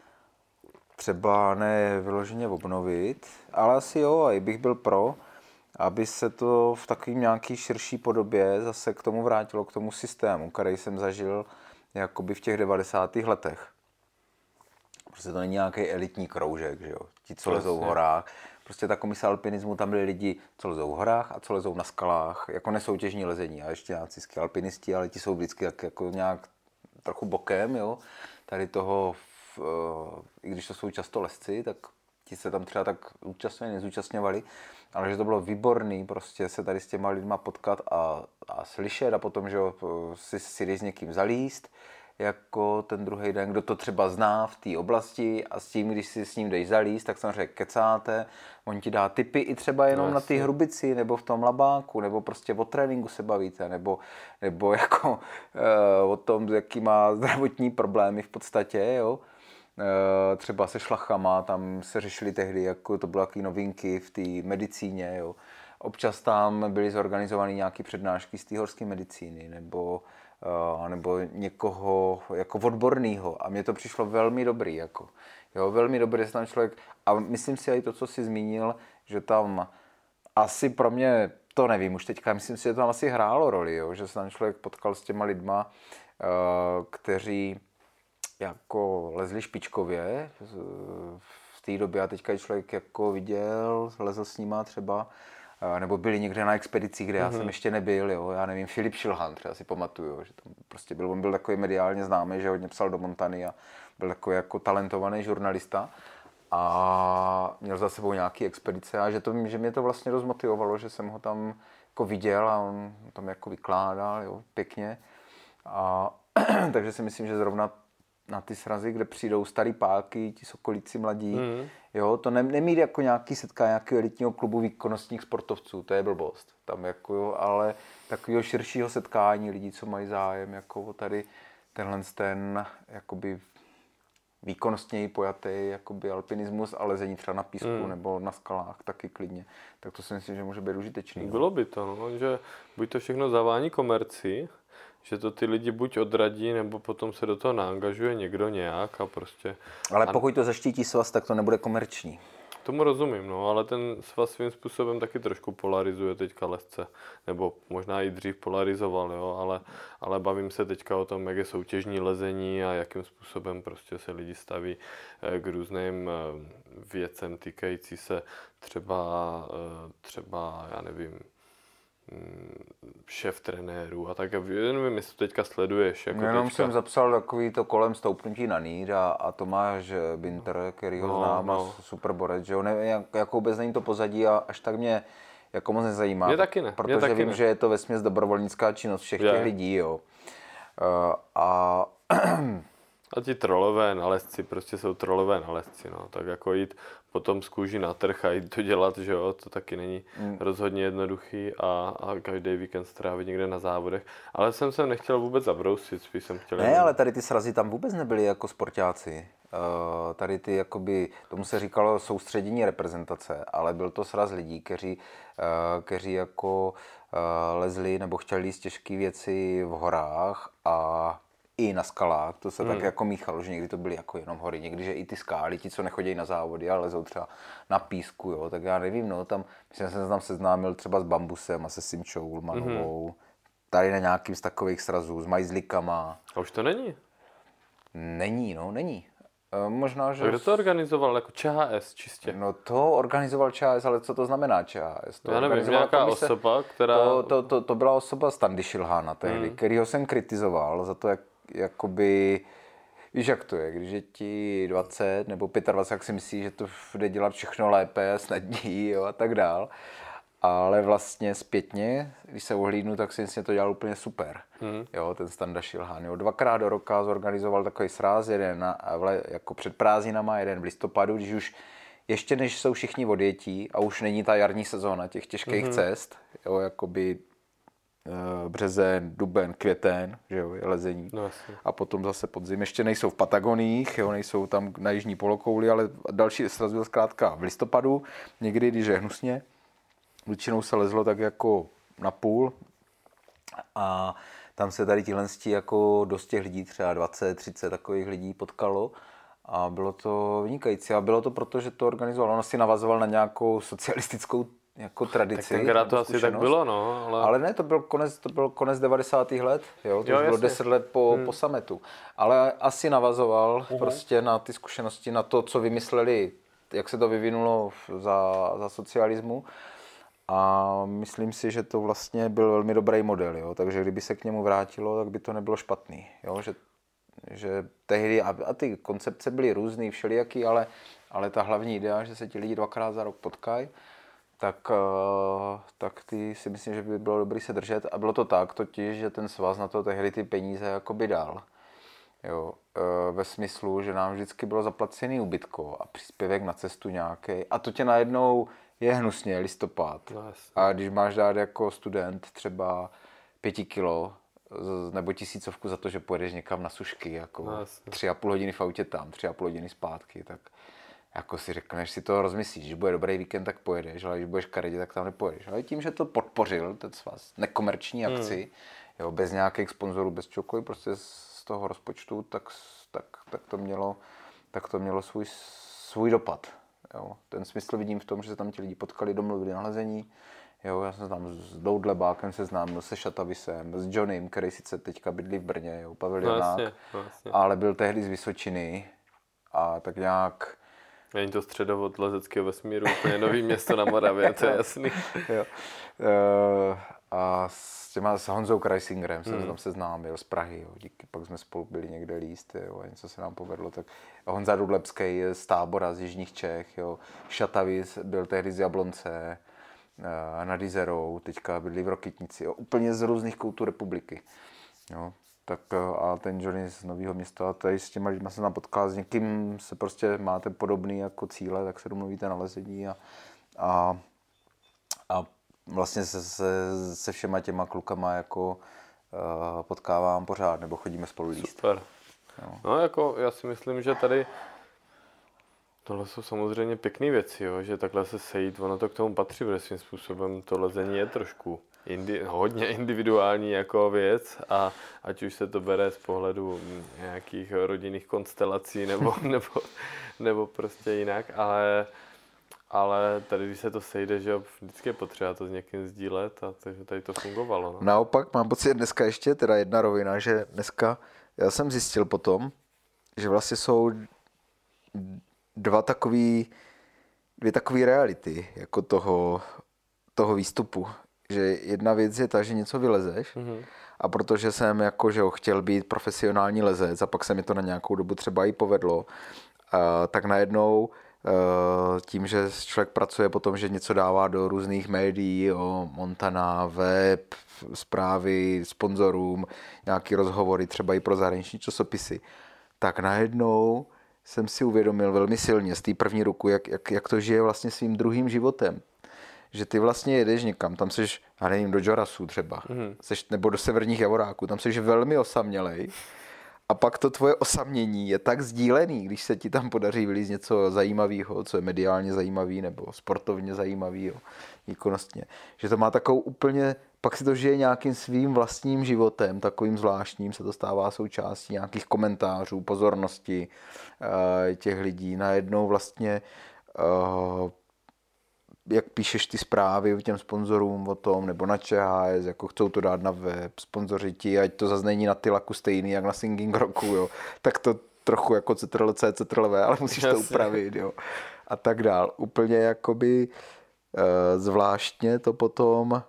třeba ne vyloženě obnovit, ale asi jo, a i bych byl pro, aby se to v takovým nějaký širší podobě zase k tomu vrátilo, k tomu systému, který jsem zažil jakoby v těch devadesátých letech. Prostě to není nějaký elitní kroužek, že jo, ti, co lezou v horách. Prostě ta komise alpinismu, tam byli lidi, co lezou v horách a co lezou na skalách, jako nesoutěžní lezení a ještě nějací alpinisti, ale ti jsou vždycky jak, jako nějak trochu bokem, jo, tady toho, v, i když to jsou často lesci, tak ti se tam třeba tak účastňovali, nezúčastňovali, ale že to bylo výborný prostě se tady s těma lidma potkat a, a slyšet a potom, že si, si jdeš s někým zalíst, jako ten druhý den, kdo to třeba zná v té oblasti a s tím, když si s ním jdeš zalíst, tak samozřejmě kecáte, on ti dá tipy i třeba jenom no, na ty hrubici, nebo v tom labáku, nebo prostě o tréninku se bavíte, nebo, nebo jako uh, o tom, jaký má zdravotní problémy v podstatě, jo. Uh, třeba se šlachama, tam se řešily tehdy, jako to bylo jaký novinky v té medicíně, jo. Občas tam byly zorganizovány nějaké přednášky z té horské medicíny, nebo Uh, nebo někoho jako odborného a mně to přišlo velmi dobrý, jako, jo, velmi dobrý, že tam člověk, a myslím si i to, co jsi zmínil, že tam asi pro mě, to nevím už teďka, myslím si, že to tam asi hrálo roli, jo, že se tam člověk potkal s těma lidma, uh, kteří jako lezli špičkově v té době a teďka člověk jako viděl, lezl s nima třeba, nebo byli někde na expedicích, kde já mm-hmm. jsem ještě nebyl, jo, já nevím, Filip Šilhan, třeba si pamatuju, že tam prostě byl, on byl takový mediálně známý, že hodně psal do Montany a byl takový jako talentovaný žurnalista a měl za sebou nějaký expedice a že, to, že mě to vlastně dost motivovalo, že jsem ho tam jako viděl a on tam jako vykládal, jo, pěkně a takže si myslím, že zrovna na ty srazy, kde přijdou starý páky, ti sokolíci mladí, mm. jo, to ne, nemít jako nějaký setkání nějakého elitního klubu výkonnostních sportovců, to je blbost, tam jako jo, ale takového širšího setkání lidí, co mají zájem, jako tady tenhle ten, jakoby výkonnostněji pojatý, jakoby alpinismus, ale lezení třeba na písku mm. nebo na skalách taky klidně, tak to si myslím, že může být užitečný. Bylo by to, no, že buď to všechno zavání komercí, že to ty lidi buď odradí, nebo potom se do toho naangažuje někdo nějak a prostě... Ale pokud to zaštítí svaz, tak to nebude komerční. Tomu rozumím, no, ale ten svaz svým způsobem taky trošku polarizuje teďka lezce. Nebo možná i dřív polarizoval, jo, ale, ale bavím se teďka o tom, jak je soutěžní lezení a jakým způsobem prostě se lidi staví k různým věcem týkající se třeba, třeba, já nevím, šéf trenérů a tak. Nevím, jestli to teďka sleduješ. Jako Jenom teďka. Jsem zapsal takový to kolem stoupnutí na níž a, a Tomáš Binter, který ho no, znám, no. super borec, že jo, nevím, jak, jako vůbec není to pozadí a až tak mě jako moc nezajímá. Mě taky ne. Protože taky vím, ne. že je to vesměs dobrovolnická činnost všech je. těch lidí, jo. Uh, a A ti trolové nalezci prostě jsou trolové nalezci, no. Tak jako jít potom z kůži na trh a jít to dělat, že jo, to taky není mm. rozhodně jednoduchý a, a každý víkend strávit někde na závodech. Ale jsem se nechtěl vůbec zabrousit, spíš jsem chtěl... Ne, jen... ale tady ty srazy tam vůbec nebyly jako sportáci. Uh, tady ty, jakoby, tomu se říkalo soustředění reprezentace, ale byl to sraz lidí, kteří, uh, kteří jako uh, lezli nebo chtěli jíst těžké věci v horách a i na skalách, to se hmm. tak jako míchalo, že někdy to byly jako jenom hory, někdy, že i ty skály, ti, co nechodí na závody, ale lezou třeba na písku, jo, tak já nevím, no, tam, myslím, že jsem se tam seznámil třeba s Bambusem a se Simčou Ulmanovou, hmm. tady na nějakým z takových srazů, s majzlikama. A už to není? Není, no, není. E, možná, že... A kdo to organizoval, jako ČHS čistě? No to organizoval ČHS, ale co to znamená ČHS? To já nevím, nějaká komise, osoba, která... To, to, to, to byla osoba Standy Šilhána tehdy, hmm. kterýho jsem kritizoval za to, jak jakoby, víš jak to je, když je ti dvacet nebo dvacet pět, jak si myslí, že to jde dělat všechno lépe, snadněji, jo, a tak dál. Ale vlastně zpětně, když se ohlídnu, tak si myslím, že to dělal úplně super. Hmm. Jo, ten Standa Šilhán. Jo. Dvakrát do roka zorganizoval takový sráz, jeden na, jako před prázdninama, jeden v listopadu, když už ještě než jsou všichni odjetí a už není ta jarní sezóna těch těžkých hmm. cest, jo, jakoby březen, duben, květen, že jo, je lezení. No, a potom zase podzim. Ještě nejsou v Patagoních, jo, nejsou tam na jižní polokouli, ale další sraz byl zkrátka v listopadu, někdy, když je hnusně. Většinou se lezlo tak jako na půl a tam se tady tihle jako dost těch lidí, třeba dvacet, třicet takových lidí potkalo a bylo to vynikající. A bylo to proto, že to organizoval. On asi navazoval na nějakou socialistickou jako tradici. Tak tenkrát to asi tak bylo, no. Ale, ale ne, to byl konec, to byl konec devadesátých let, jo, to jo, už bylo deset let po, hmm. po summitu. Ale asi navazoval uh-huh. prostě na ty zkušenosti, na to, co vymysleli, jak se to vyvinulo za, za socialismu. A myslím si, že to vlastně byl velmi dobrý model, jo, takže kdyby se k němu vrátilo, tak by to nebylo špatný, jo, že že tehdy, a, a ty koncepce byly různý, všelijaký, ale, ale ta hlavní idea, že se ti lidi dvakrát za rok potkají, tak, tak ty si myslím, že by bylo dobré se držet. A bylo to tak totiž, že ten svaz na to tehdy ty peníze jakoby dal. Jo, ve smyslu, že nám vždycky bylo zaplacený ubytko a příspěvek na cestu nějaký. A to tě najednou je hnusně, listopad. No, a když máš dát jako student třeba pěti kilo nebo tisícovku za to, že pojedeš někam na sušky, jako no, tři a půl hodiny v autě tam, tři a půl hodiny zpátky, tak jako si řekneš, si to rozmyslíš, když bude dobrý víkend, tak pojedeš, ale když budeš karedit, tak tam nepojedeš. Ale tím, že to podpořil ten svaz, nekomerční akci, hmm. jo, bez nějakých sponzorů, bez čokoliv, prostě z toho rozpočtu, tak, tak, tak to mělo, tak to mělo svůj, svůj dopad. Jo. Ten smysl vidím v tom, že se tam ti lidi potkali, domluvili nalezení. Jo, já se znám s Doudlebákem, se znám se Šatavisem, s Johnnym, který sice teďka bydlí v Brně, jo, pavilionák, no, no, ale byl tehdy z Vysočiny a tak nějak... Není to středo od lezeckého vesmíru, úplně nový město na Moravě, to je jasný. Jo. Uh, a s těma s Honzou Kreisingerem jsem hmm. tam seznámil z Prahy, jo. Díky, pak jsme spolu byli někde líst, jo, a něco se nám povedlo. Tak Honza Rudlebský z Tábora, z Jižních Čech, jo. Šatavis byl tehdy z Jablonce, uh, nad Izerou, teďka bydlí v Rokytnici, jo. Úplně z různých koutů republiky. Jo. Tak a ten Johnny z Nového Města, tady s těma lidma se tam potkal, s někým se prostě máte podobný jako cíle, tak se domluvíte na lezení a, a, a vlastně se, se, se všema těma klukama jako uh, potkávám pořád, nebo chodíme spolu líst. Super. Jo. No jako já si myslím, že tady tohle jsou samozřejmě pěkné věci, jo? Že takhle se sejít, ono to k tomu patří, protože svým způsobem to lezení je trošku indi, hodně individuální jako věc a ať už se to bere z pohledu nějakých rodinných konstelací nebo, nebo, nebo prostě jinak, ale, ale tady, když se to sejde, že vždycky je potřeba to s někým sdílet a takže tady to fungovalo. No. Naopak mám pocit dneska ještě teda jedna rovina, že dneska já jsem zjistil potom, že vlastně jsou dva takový, dvě takové reality jako toho, toho výstupu. Že jedna věc je ta, že něco vylezeš mm-hmm. a protože jsem jako, že ho chtěl být profesionální lezec a pak se mi to na nějakou dobu třeba i povedlo, a, tak najednou a, tím, že člověk pracuje potom, že něco dává do různých médií, jo, Montana, web, zprávy, sponzorům, nějaký rozhovory, třeba i pro zahraniční časopisy, tak najednou jsem si uvědomil velmi silně z té první ruku, jak, jak, jak to žije vlastně svým druhým životem. Že ty vlastně jedeš někam, tam seš, já nevím, do Jorasu třeba, mm-hmm. seš, nebo do severních Javoráků, tam seš velmi osamělej a pak to tvoje osamění je tak sdílený, když se ti tam podaří vylízt něco zajímavého, co je mediálně zajímavý nebo sportovně zajímavý, výkonnostně, že to má takovou úplně, pak si to žije nějakým svým vlastním životem, takovým zvláštním, se to stává součástí nějakých komentářů, pozornosti uh, těch lidí, najednou vlastně uh, jak píšeš ty zprávy těm sponzorům o tom, nebo na Č H S, jako chcou to dát na web, sponzoři ti, ať to zase není na Tylaku stejný, jak na Singing Rocku, jo. Tak to trochu jako C T R L C, C T R L V, ale musíš to upravit, jo. A tak dál. Úplně jakoby e, zvláštně to potom,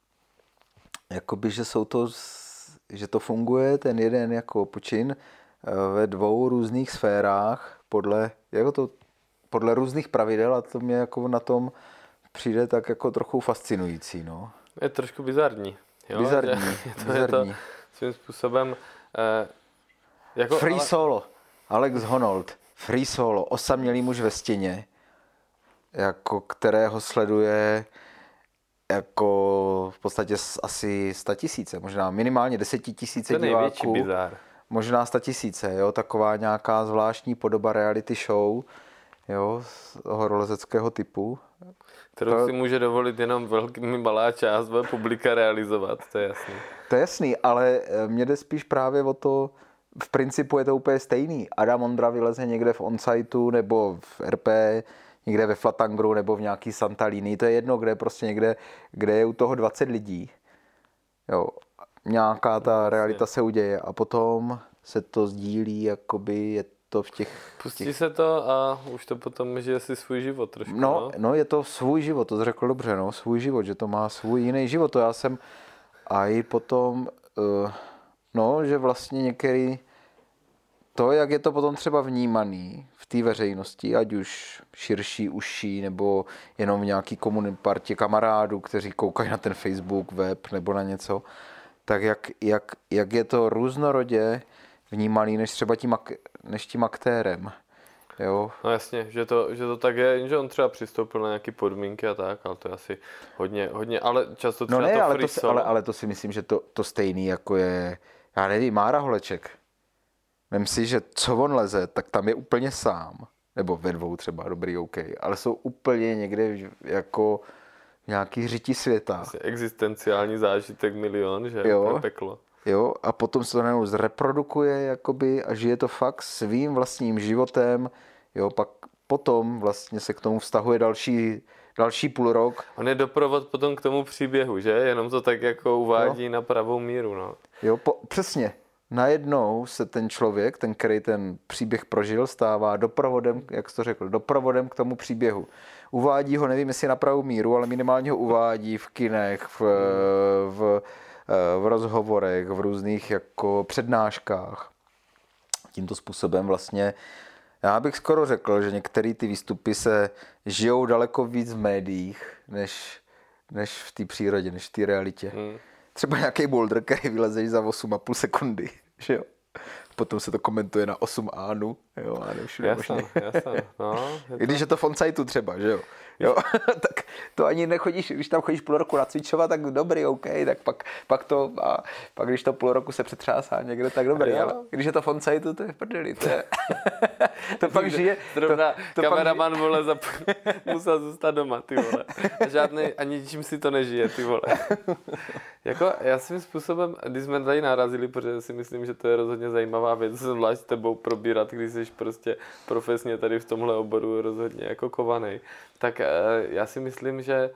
jakoby, že jsou to, že to funguje ten jeden jako počin e, ve dvou různých sférách, podle, jako to, podle různých pravidel a to mě jako na tom přijde tak jako trochu fascinující, no. Je trošku bizarní. Jo? Bizarní, je to, bizarní. Je to svým způsobem eh, jako, Free ale... solo. Alex Honnold. Free solo. Osamělý muž ve stěně. Jako kterého sleduje jako v podstatě asi sta tisíce, možná minimálně desetitisíce diváků. Bizár. Možná sta tisíce, jo. Taková nějaká zvláštní podoba reality show, jo, z horolezeckého typu. Kterou to... si může dovolit jenom velmi malá část bude publika realizovat, to je jasný. To je jasný, ale mně jde spíš právě o to, v principu je to úplně stejný. Adam Ondra vyleze někde v Onsiteu nebo v R P, někde ve Flatangru nebo v nějaký Santalini, to je jedno, kde prostě někde, kde je u toho dvacet lidí. Jo, nějaká ta no, realita se uděje a potom se to sdílí, jakoby je to v těch... Pustí těch... se to a už to potom žije si svůj život trošku, no, no? No, je to svůj život, to jsi řekl dobře, no, svůj život, že to má svůj jiný život, to já jsem a i potom, uh, no, že vlastně některý to, jak je to potom třeba vnímaný v té veřejnosti, ať už širší, užší, nebo jenom v nějaký komunitě kamarádů, kteří koukají na ten Facebook, web nebo na něco, tak jak, jak, jak je to různorodě vnímaný než třeba tím, než tím aktérem. Jo. No jasně, že to, že to tak je, že on třeba přistoupil na nějaké podmínky a tak, ale to je asi hodně, hodně, ale často třeba no ne, to ale free to, si, solo. ale, ale to si myslím, že to, to stejný jako je, já nevím, Mára Holeček. Vem si, že co on leze, tak tam je úplně sám. Nebo ve dvou třeba, dobrý, OK. Ale jsou úplně někde jako v nějaký řiti světa. Vlastně existenciální zážitek milion, že? Jo. Pro peklo. Jo, a potom se to najednou zreprodukuje jakoby a žije to fakt svým vlastním životem. Jo, pak potom vlastně se k tomu vztahuje další, další půl rok. On je doprovod potom k tomu příběhu, že? Jenom to tak jako uvádí jo. na pravou míru, no. Jo, po, přesně. Najednou se ten člověk, ten, který ten příběh prožil, stává doprovodem, jak jsi to řekl, doprovodem k tomu příběhu. Uvádí ho, nevím, jestli na pravou míru, ale minimálně ho uvádí v kinech, v, v, v rozhovorech, v různých jako přednáškách. Tímto způsobem vlastně, já bych skoro řekl, že některé ty výstupy se žijou daleko víc v médiích, než, než v té přírodě, než v té realitě. Hmm. Třeba nějaký boulder, který vylezeš za osm a půl sekundy, že jo. Potom se to komentuje na osm ánů, jo, a nevšude jasný, možně. jasný, no. Je to... I když je to v on-siteu třeba, že jo. Jo, tak to ani nechodíš, když tam chodíš půl roku nacvičovat, tak dobrý, OK, tak pak, pak to, a pak když to půl roku se přetřásá někde, tak dobrý, ale když je to v on-siteu, to je v prdeli, to je, to pak žije. Zrovna kameraman, žije... vole, zap... musel zůstat doma, ty vole. A žádný, ani ničím si to nežije, ty vole. Jako, já svým způsobem, když jsme tady narazili, protože si myslím, že to je rozhodně zajímavá věc, zvlášť s tebou probírat, když jsi prostě profesně tady v tomhle oboru rozhodně jako kovanej, tak já si myslím, že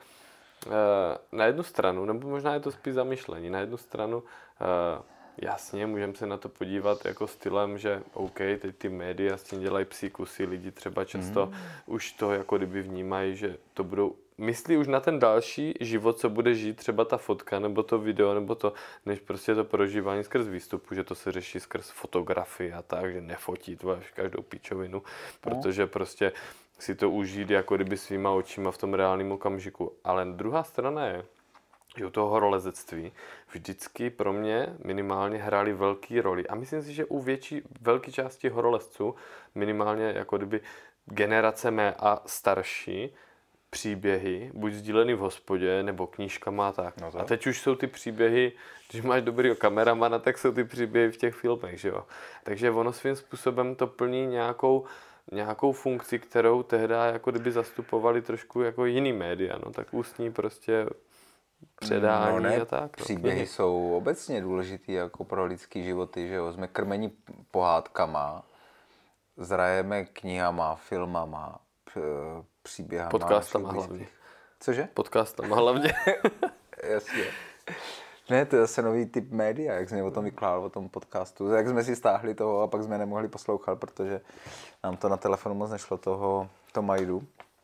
na jednu stranu, nebo možná je to spíš zamyšlení, na jednu stranu jasně, můžeme se na to podívat jako stylem, že OK, teď ty média s tím dělají psí kusy, lidi třeba často mm. už to jako kdyby vnímají, že to budou, myslí už na ten další život, co bude žít třeba ta fotka, nebo to video, nebo to, než prostě to prožívání skrz výstupu, že to se řeší skrz fotografii a tak, že nefotí tvoř každou píčovinu, protože prostě si to užít jako kdyby svýma očima v tom reálném okamžiku. Ale druhá strana je, že u toho horolezectví vždycky pro mě minimálně hrály velký roli. A myslím si, že u větší, velké části horolezců, minimálně jako kdyby generace mé a starší, příběhy, buď sdílený v hospodě, nebo knížkama a tak. No a teď už jsou ty příběhy, když máš dobrýho kameramana, tak jsou ty příběhy v těch filmech, že jo. Takže ono svým způsobem to plní nějakou nějakou funkci, kterou tehdy jako kdyby zastupovali trošku jako jiný média, no tak ústní prostě předání no ne, a tak. Příběhy no. jsou obecně důležitý jako pro lidský životy, že jo, jsme krmeni pohádkama, zrajeme knihama, filmama, příběhama. Podcastama hlavně. Cože? Podcastama hlavně. Jasně. Ne, to je zase nový typ média, jak jsi mě o tom vykládal, o tom podcastu. Jak jsme si stáhli toho a pak jsme nemohli poslouchat, protože nám to na telefonu moc nešlo toho, to Majdu.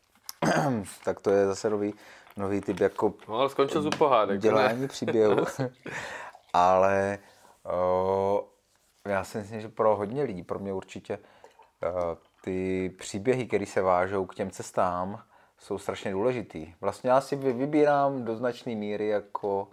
Tak to je zase nový, nový typ jako no, ale skončil z pohádek, dělání příběhu. Ale o, já si myslím, že pro hodně lidí, pro mě určitě, o, ty příběhy, které se vážou k těm cestám, jsou strašně důležitý. Vlastně já si vybírám do značné míry jako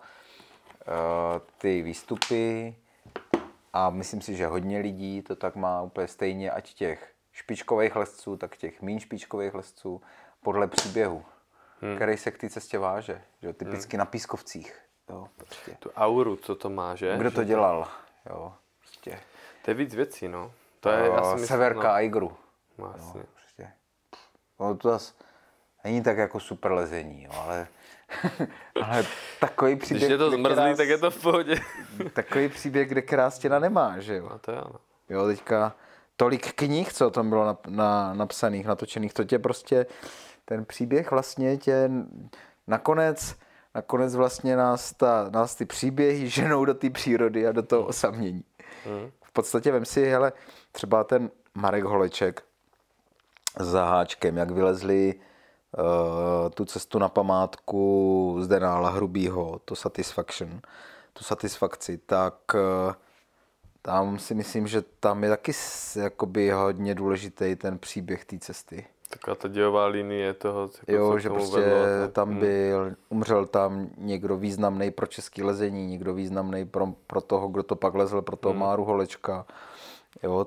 ty výstupy a myslím si, že hodně lidí to tak má úplně stejně, ať těch špičkových lezců, tak těch méně špičkových lezců, podle příběhu, hmm. který se k té cestě váže. Že? Typicky hmm. na pískovcích. Jo, prostě. Tu auru, co to má, že? Kdo to dělal? Jo, prostě. To je víc věcí, no. To je, já si myslím, Severka no. Aigru. Vlastně. No, prostě. No, to zase není tak jako super lezení, jo, ale... ale takový příběh, když je to zmrzlý, krás... tak je to v pohodě. Takový příběh, kde krástěna nemá, že jo? No to je ano. Jo, teďka tolik knih, co o tom bylo na, na, napsaných, natočených, to tě prostě, ten příběh vlastně tě nakonec, nakonec vlastně nás, ta, nás ty příběhy ženou do té přírody a do toho osamění. Hmm. V podstatě vem si, hele, třeba ten Marek Holeček s Zaháčkem, jak vylezli Uh, tu cestu na památku Zdenála Hrubýho, to Satisfaction, tu satisfakci, tak uh, Tam si myslím, že tam je taky jakoby hodně důležitý ten příběh té cesty. Taková ta dějová linie toho, jako jo, co že k tomu prostě vedlo, tam byl, umřel tam někdo významný pro český lezení, někdo významný pro, pro toho, kdo to pak lezl, pro toho hmm. Máru Holečka. Jo.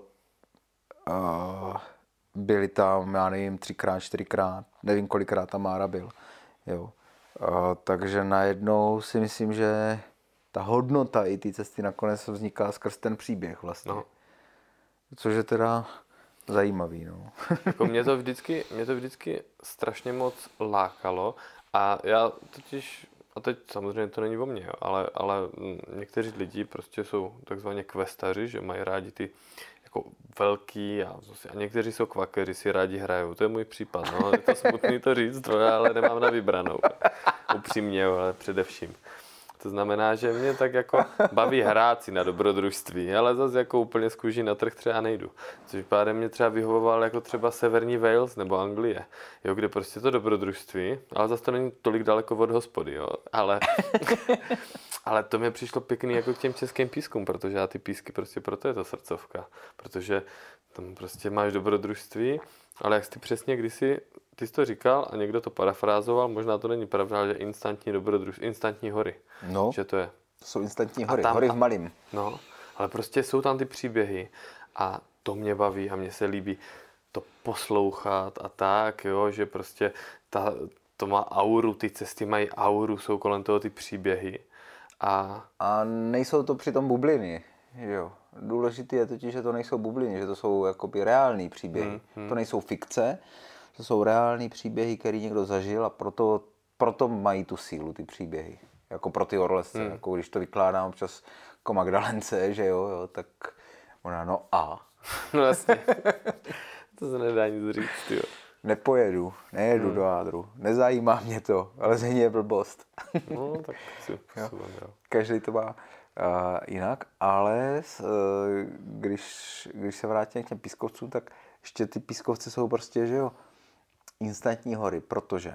A byli tam, já nevím, třikrát, čtyřikrát, nevím, kolikrát tam Mára byl. Jo. A, takže najednou si myslím, že ta hodnota i té cesty nakonec vzniká skrz ten příběh vlastně. No. Což je teda zajímavý, no. Jako mě to vždycky, mě to vždycky strašně moc lákalo a já totiž, a teď samozřejmě to není o mně, jo, ale, ale někteří lidi prostě jsou takzvaně kvestaři, že mají rádi ty jako velký a, a někteří jsou kvakeři, si rádi hrajou. To je můj případ, no. Je to smutný to říct, to já ale nemám na vybranou. Upřímně, ale především. To znamená, že mě tak jako baví hrát si na dobrodružství, ale zase jako úplně z kůží na trh třeba nejdu. Což pádem mě třeba vyhovoval jako třeba severní Wales nebo Anglie, jo, kde prostě to dobrodružství, ale zase to není tolik daleko od hospody, jo, ale, ale to mi přišlo pěkný jako k těm českým pískům, protože já ty písky prostě proto je to srdcovka, protože tam prostě máš dobrodružství, ale jak jsi ty přesně kdysi, ty jsi to říkal a někdo to parafrázoval, možná to není pravda, ale že instantní dobrodružství, instantní hory. No, že to je. To jsou instantní hory, tam, hory v malým. No, ale prostě jsou tam ty příběhy a to mě baví a mně se líbí to poslouchat a tak, jo, že prostě ta, to má auru, ty cesty mají auru, jsou kolem toho ty příběhy. A, a nejsou to přitom bubliny, jo. Důležité je totiž, že to nejsou bubliny, že to jsou jakoby reální příběhy. Hmm, hmm. To nejsou fikce, to jsou reální příběhy, které někdo zažil a proto, proto mají tu sílu ty příběhy. Jako pro ty orlesce, hmm. jako když to vykládám občas jako Magdalence, že jo, jo, tak ona no a. No jasně, to se nedá nic říct, jo. Nepojedu, nejedu hmm. do Ádru, nezajímá mě to, ale zřejmě je blbost. No tak si, jo. jo. Každý to má uh, jinak, ale uh, když, když se vrátím k těm pískovcům, tak ještě ty pískovci jsou prostě, že jo, instantní hory, protože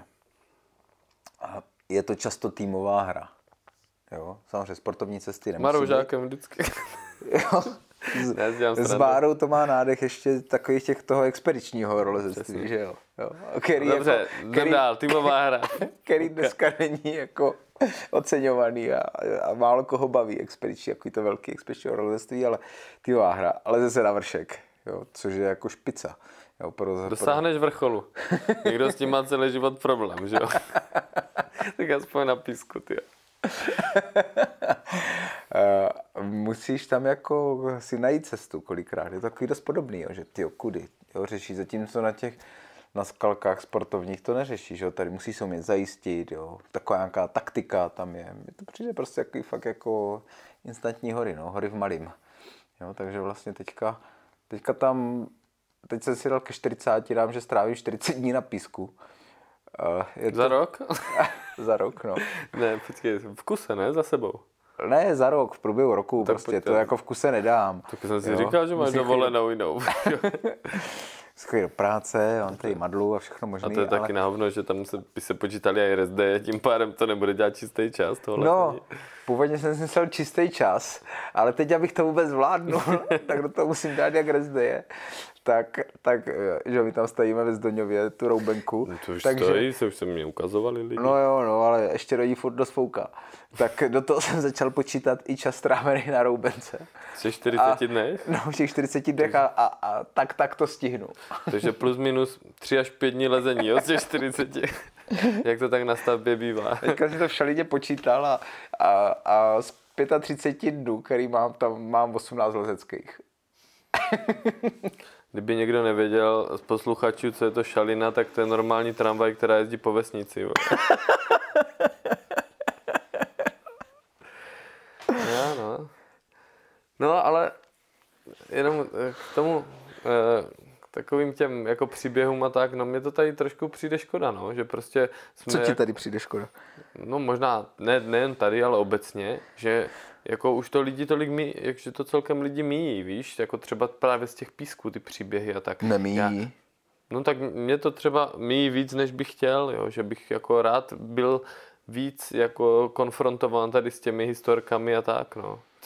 uh, je to často týmová hra. Jo, samozřejmě sportovní cesty nemusí Maroužákem vždycky. Jo. S Bárou to má nádech ještě takových těch toho expedičního horolezectví, že jo. jo. Který Dobře, jako, který, dál, týmová hra. Který dneska není jako oceňovaný a, a málo koho baví expediční, jako to velký expediční horolezectví, ale týmová hra, ale zase na vršek, jo, což je jako špica. Jo, pro, Dosáhneš pro... vrcholu. Někdo s tím má celý život problém, že jo. Tak aspoň na písku, ty. Uh, musíš tam jako si najít cestu kolikrát. Je to takový dost podobný, jo, že ty kudy jo, řeší, zatímco na těch na skalkách sportovních to neřešíš, jo, tady musíš se umět zajistit, jo, taková nějaká taktika tam je. Je to přijde prostě takový fakt jako instantní hory, no, hory v malým. Jo, takže vlastně teďka, teďka tam, teď jsem si dal ke čtyřiceti, dám, že strávím čtyřicet dní na písku. Uh, je za to... rok? Za rok, no. Ne, počkej, v kuse, ne? Za sebou. Ne, za rok, v průběhu roku, tak prostě, to jako v kuse nedám. Tak jsem si jo? říkal, že máš dovolenou jinou. Skvělý do práce, mám tady madlu a všechno možný. A to je ale... taky na hovno, že tam se, by se počítali i R S D, tím pádem to nebude dělat čistý čas. Tohle no, není. Původně jsem si myslel čistý čas, ale teď, abych to vůbec zvládnul, tak do toho musím dát jak R S D. Tak, tak, že my tam stojíme ve Zdoňově, tu roubenku. No to už takže... stojí, se už se mě ukazovali lidi. No jo, no, ale ještě do ní furt dost fouká. Tak do toho jsem začal počítat i čas strávený na roubence. V těch čtyřiceti dnech? No, v těch čtyřiceti dnech a, a, a tak, tak to stihnu. Takže plus minus tři až pět dní lezení, jo, z těch čtyřiceti. Jak to tak na stavbě bývá. Teďka si to všelidě počítal a, a, a z třiceti pěti dnů, který mám, tam mám osmnáct lezeckých. Kdyby někdo nevěděl z posluchačů, co je to šalina, tak to je normální tramvaj, která jezdí po vesnici. Já, no. no, ale jenom k tomu, k takovým těm jako příběhům a tak, no mě to tady trošku přijde škoda, no, že prostě jsme... Co ti tady přijde škoda? No možná, ne, nejen tady, ale obecně, že jako už to lidi tolik mí, že to celkem lidi míjí, víš, jako třeba právě z těch písků ty příběhy a tak. Nemíjí. Já, no tak mě to třeba míjí víc, než bych chtěl, jo, že bych jako rád byl víc jako konfrontován tady s těmi historkami a tak, no.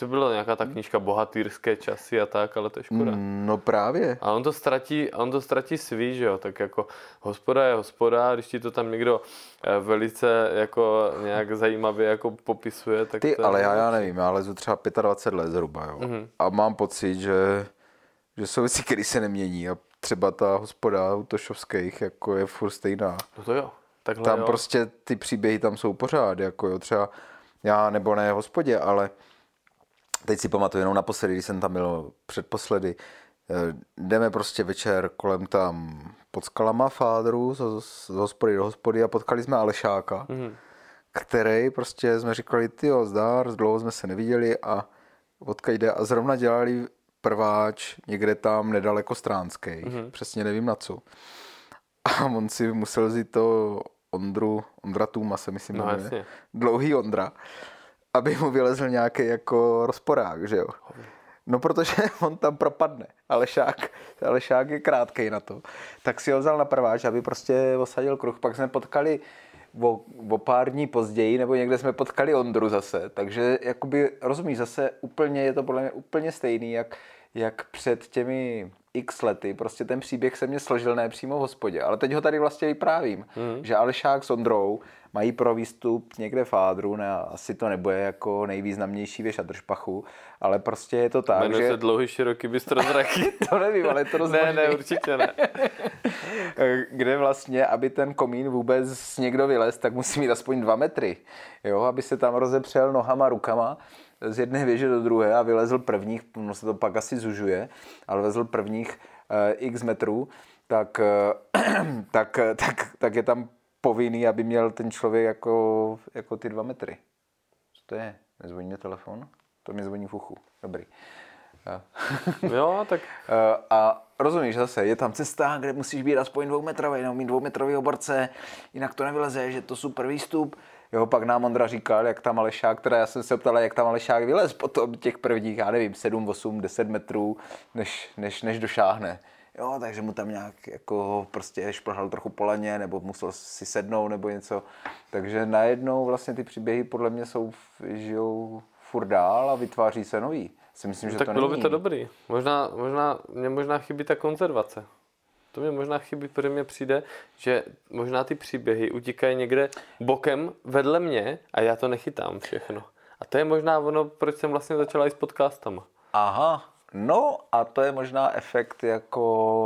To byla nějaká ta knížka Bohatýrské časy a tak, ale to je škoda. No právě. A on to ztratí, on to ztratí svý, že jo, tak jako hospoda je hospoda, když ti to tam někdo velice jako nějak zajímavě jako popisuje, tak Ty, to ale já, já nevím, já lezu třeba dvacet pět let zhruba, jo. Mm-hmm. A mám pocit, že, že jsou věci, které se nemění a třeba ta hospoda u Tošovských jako je furt stejná. No to jo. Takhle tam jo. prostě ty příběhy tam jsou pořád, jako jo, třeba já nebo ne hospodě, ale teď si pamatuju jenom naposledy, když jsem tam byl předposledy, jdeme prostě večer kolem tam pod skalama Fádru z, z hospody do hospody a potkali jsme Alešáka, mm-hmm. který prostě jsme říkali, tyjo, zdar, dlouho jsme se neviděli a odkud jde a zrovna dělali prváč někde tam nedaleko Stránskej, mm-hmm. přesně nevím na co. A on si musel vzít to Ondru, Ondra Tůma se myslím no, jmenuje, jasně. dlouhý Ondra, aby mu vylezl nějaký jako rozporák, že jo. No protože on tam propadne, Alešák, Alešák je krátkej na to, tak si ho vzal na prváč, aby prostě osadil kruh, pak jsme potkali o, o pár dní později, nebo někde jsme potkali Ondru zase, takže jakoby, rozumíš, zase úplně, je to podle mě úplně stejný, jak, jak před těmi x lety, prostě ten příběh se mě složil ne přímo v hospodě, ale teď ho tady vlastně vyprávím, mm. že Alešák s Ondrou mají pro výstup někde v Ádru, ne, asi to nebude jako nejvýznamnější věž Adršpachu, ale prostě je to tak, Jmenuje že... se dlouhý, široký, bystrozraký. To nevím, ale je to rozmožný. Ne, ne, určitě ne. Kde vlastně, aby ten komín vůbec někdo vylez, tak musí mít aspoň dva metry, jo, aby se tam rozepřel nohama, rukama z jedné věže do druhé a vylezl prvních, no se to pak asi zužuje, ale vezl prvních uh, x metrů, tak, uh, tak, tak, tak je tam povinný, aby měl ten člověk jako, jako ty dva metry. Co to je? Nezvoní mě telefon? To mi zvoní v uchu. Dobrý. Jo, tak... A rozumíš zase, je tam cesta, kde musíš být aspoň dvoumetrový, nebo mít dvoumetrový oborce, jinak to nevyleze, že to super výstup. Jo, pak nám Ondra říkal, jak tam Alešák, teda já jsem se ptal, jak tam Alešák vylez potom těch prvních, já nevím, sedm, osm, deset metrů, než, než, než došáhne. Jo, takže mu tam nějak jako prostě šplhal trochu po laně, nebo musel si sednout, nebo něco. Takže najednou vlastně ty příběhy podle mě jsou, žijou furt dál a vytváří se nový. Si myslím, no, že tak to bylo není. by to dobrý. Možná, možná, mě možná chybí ta konzervace. To mě možná chybí, protože mně přijde, že možná ty příběhy utíkají někde bokem vedle mě a já to nechytám všechno. A to je možná ono, proč jsem vlastně začala i s podcastama. Aha, no a to je možná efekt jako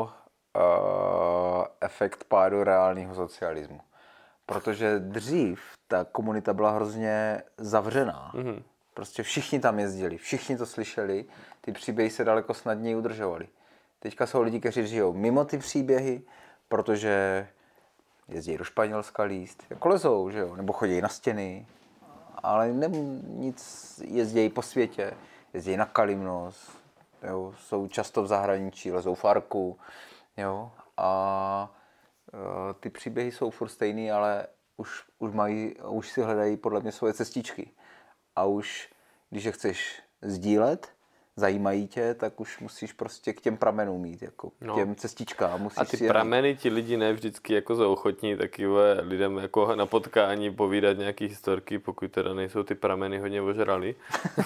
uh, efekt pádu reálného socialismu. Protože dřív ta komunita byla hrozně zavřená. Mm-hmm. Prostě všichni tam jezdili, všichni to slyšeli, ty příběhy se daleko snadněji udržovaly. Teďka jsou lidi, kteří žijou mimo ty příběhy, protože jezdí do Španělska líst, jako lezou, že jo, nebo chodí na stěny, ale ne, nic, jezdí po světě, jezdí na Kalymnos, jo, jsou často v zahraničí, lezou v Arku, jo, a e, ty příběhy jsou furt stejný, ale už, už, mají, už si hledají podle mě svoje cestičky. A už, když je chceš sdílet, zajímají tě, tak už musíš prostě k těm pramenům mít, jako k no. těm cestičkám. Musíš a ty prameny ti lidi ne vždycky jako jsou ochotní taky lidem jako na potkání povídat nějaký historky, pokud teda nejsou ty prameny hodně ožrali.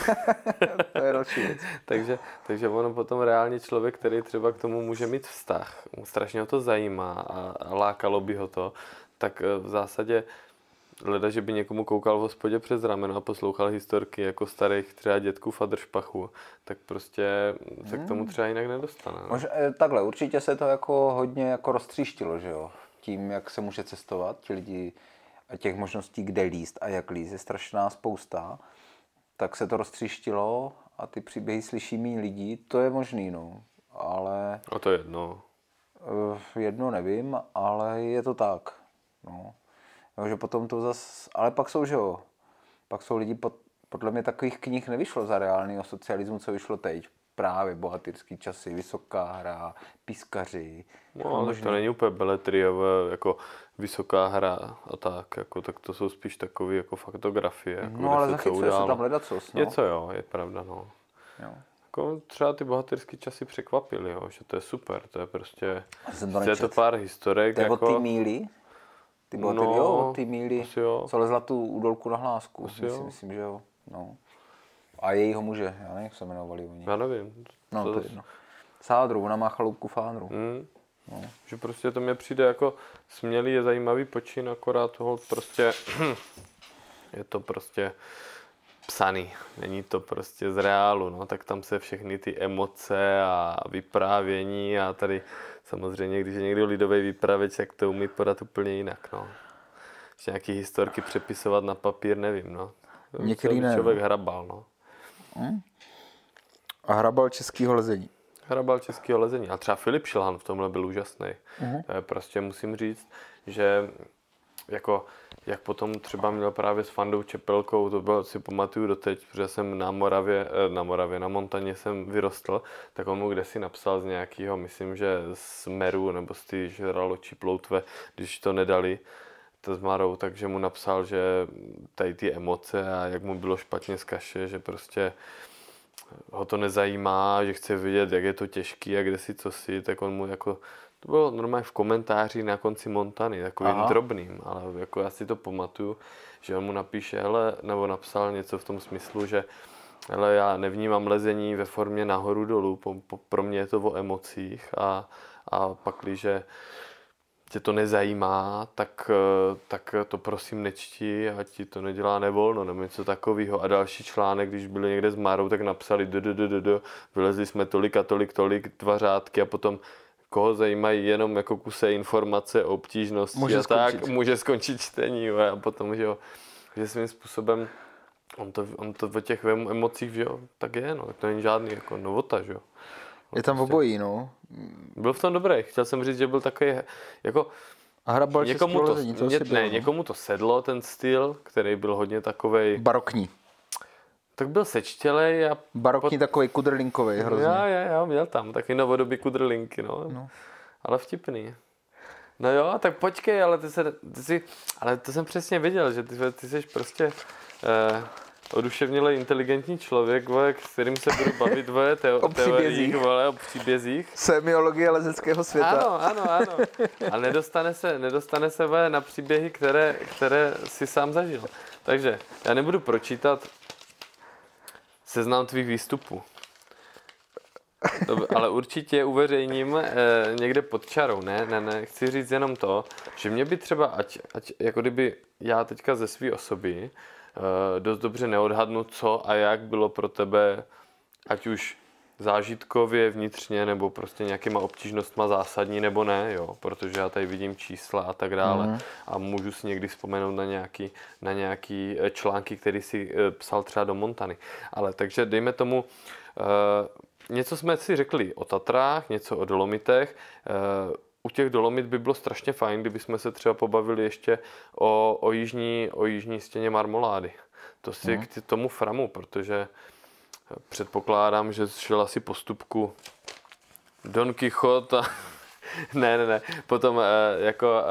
To je další věc. takže, takže ono potom reálně člověk, který třeba k tomu může mít vztah, strašně ho to zajímá a, a lákalo by ho to, tak v zásadě leda, že by někomu koukal v hospodě přes rameno a poslouchal historky jako starých třeba dětků v Adršpachu, tak prostě se k tomu třeba jinak nedostane. Ne? Možná, takhle, určitě se to jako hodně jako roztříštilo, že jo? Tím, jak se může cestovat, ti lidi a těch možností, kde líst a jak líst, je strašná spousta, tak se to roztříštilo a ty příběhy slyší méně lidí, to je možný, no, ale... A to je jedno. Jedno nevím, ale je to tak, no. Jo, že potom to zas, ale pak jsou, že jo, pak jsou lidi, pod, podle mě takových knih nevyšlo za reálného socialismu, co vyšlo teď. Právě bohatýrský časy, Vysoká hra, Pískaři. No, ale to není úplně beletriové, jako Vysoká hra a tak, jako, tak to jsou spíš takové jako faktografie. Jako, no ale zachycuje se tam ledacos, no. Něco jo, je pravda, no. Jo. Jako třeba ty bohatýrský časy překvapily, jo, že to je super, to je prostě, to je to pár historek. To je jako... od ty míly? Ty bylo no, jo, od ty míly, co lezla tu údolku na Hlásku, myslím, myslím, že jo. No. A jejího muže, já nevím, jak se jmenovali oni. Já nevím. No, to to je jedno. Sádru, ona má chaloupku Fádru. Hmm. No. Že prostě to mě přijde jako smělý, je zajímavý počin, akorát toho prostě je to prostě psaný, není to prostě z reálu, no, tak tam se všechny ty emoce a vyprávění a tady samozřejmě, když je někdo lidový vypravěč, tak to umí podat úplně jinak, no. Ještě nějaký historky přepisovat na papír, nevím, no. Některý ne, člověk no. hrabal, no. Hmm. A hrabal českýho lezení. Hrabal českého lezení. A třeba Filip Šilhan v tomhle byl úžasný. Uh-huh. To je prostě musím říct, že jako, jak potom třeba měl právě s Fandou Čepelkou, to bylo, si pamatuju doteď, protože jsem na Moravě, na Moravě, na Montaně jsem vyrostl, tak on mu kdesi napsal z nějakého, myslím, že z Meru, nebo z ty žraločí ploutve, když to nedali, to s Marou, takže mu napsal, že tady ty emoce a jak mu bylo špatně z kaše, že prostě ho to nezajímá, že chce vidět, jak je to těžký a kde si co si, tak on mu jako, to bylo normálně v komentáři na konci Montany, takovým Aha. drobným, ale jako já si to pamatuju, že on mu napíše, hele, nebo napsal něco v tom smyslu, že hele, já nevnímám lezení ve formě nahoru dolů, po, po, pro mě je to o emocích a, a pakliže tě to nezajímá, tak, tak to prosím nečti, ať ti to nedělá nevolno, nebo něco takového. A další článek, když byli někde s Márou, tak napsali d, d, d, d, d, vylezli jsme tolik a tolik, tolik, dva řádky a potom koho zajímají jenom jako kuse informace o obtížnosti může a tak, může skončit čtení. Jo, a potom, že jo, že svým způsobem on to, on to o těch emocích, že jo, tak je, no, tak to není žádný jako novota, že jo. Je tam obojí, no. Byl v tom dobrý. Chtěl jsem říct, že byl takový jako a hrabal někomu to, lezení, to ně, bylo, ne, no. někomu to sedlo, ten styl, který byl hodně takovej barokní. Tak byl sečtělej a barokní pot... takovej kudrlinkovej hrozně. Já, já, já, měl tam taky novodobí kudrlinky, no. no. Ale vtipný. No jo, tak počkej, ale ty, se, ty si, ale to jsem přesně viděl, že ty, ty jsi prostě eh, oduševnělej inteligentní člověk, vole, s kterým se budu bavit vole, teo, o teoriích, vole, o příbězích. Semiologie lezeckého světa. Ano, ano, ano. A nedostane se, nedostane se vole, na příběhy, které, které si sám zažil. Takže já nebudu pročítat seznam tvých výstupů. To, ale určitě uveřejním eh, někde pod čarou, ne, ne, ne, chci říct jenom to, že mě by třeba, ať, ať jako kdyby já teďka ze své osoby eh, dost dobře neodhadnu, co a jak bylo pro tebe, ať už zážitkově, vnitřně, nebo prostě nějakýma obtížnostma zásadní, nebo ne, jo, protože já tady vidím čísla a tak dále mm. a můžu si někdy vzpomenout na nějaký, na nějaký články, který si eh, psal třeba do Montany. Ale takže dejme tomu, eh, něco jsme si řekli o Tatrách, něco o Dolomitech. U těch Dolomit by bylo strašně fajn, kdyby jsme se třeba pobavili ještě o, o, jižní, o jižní stěně Marmolády. To si mm. k tomu framu, protože předpokládám, že šel asi postupku Don Quixote a ne, ne, ne, potom jako,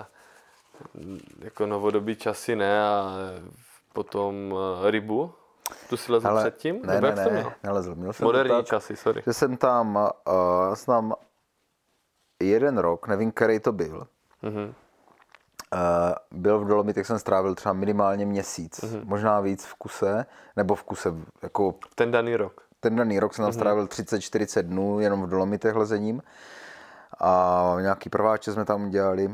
jako novodobí časy ne a potom Rybu. Tu si lezl ale předtím? Ne, ne, ne, ne, nelezl. Měl jsem moderní tak, časy, sorry. Že jsem tam, uh, znám jeden rok, nevím, který to byl. Mm-hmm. Uh, byl v Dolomitech, jsem strávil třeba minimálně měsíc, mm-hmm. možná víc v kuse, nebo v kuse, jako... Ten daný rok. Ten daný rok jsem tam mm-hmm. strávil třicet čtyřicet dnů jenom v Dolomitech lezením. A nějaký prváče jsme tam dělali.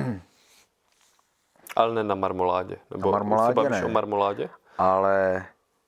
Ale ne na Marmoládě. Nebo na Marmoládě se bavíš ne. o Marmoládě? Ale...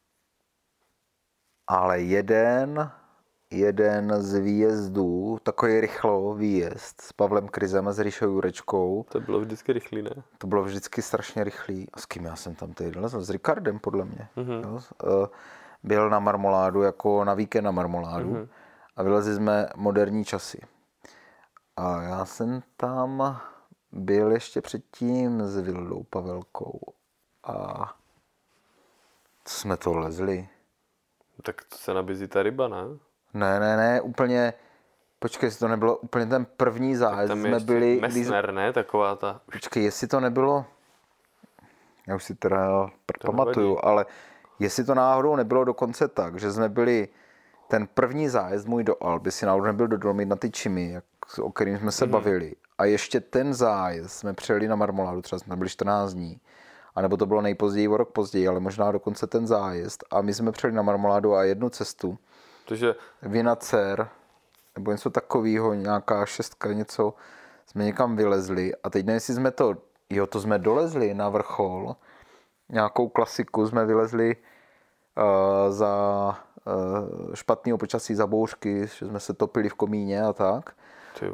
Ale jeden, jeden z výjezdů, takový rychlo výjezd s Pavlem Kryzem a s Ríšou Jurečkou. To bylo vždycky rychlý, ne? To bylo vždycky strašně rychlý. A s kým já jsem tam teď lezl? S Ricardem, podle mě. Mm-hmm. Byl na Marmoládu, jako na víkend na Marmoládu. Mm-hmm. A vylezli jsme moderní časy. A já jsem tam byl ještě předtím s Vildou Pavelkou. A jsme to lezli. Tak to se nabízí ta ryba, ne? Ne, ne, ne, úplně, počkej, jestli to nebylo úplně ten první zájezd, tam jsme byli... Messner, když... ne, taková ta... Počkej, jestli to nebylo, já už si teda pamatuju, ale jestli to náhodou nebylo dokonce tak, že jsme byli, ten první zájezd můj do Alp, jestli náhodou nebyl do Dolomit na ty Čimy, jak, o kterým jsme se mm. bavili, a ještě ten zájezd jsme přijeli na Marmoládu, třeba jsme byli čtrnáct dní, anebo to bylo nejpozději o rok později, ale možná dokonce ten zájezd. A my jsme přijeli na Marmoládu a jednu cestu. Takže... Vinacer, nebo něco takového, nějaká šestka, něco, jsme někam vylezli a teď nevím, jestli jsme to, jo, to jsme dolezli na vrchol, nějakou klasiku jsme vylezli uh, za uh, špatného počasí, za bouřky, že jsme se topili v komíně a tak. Uh,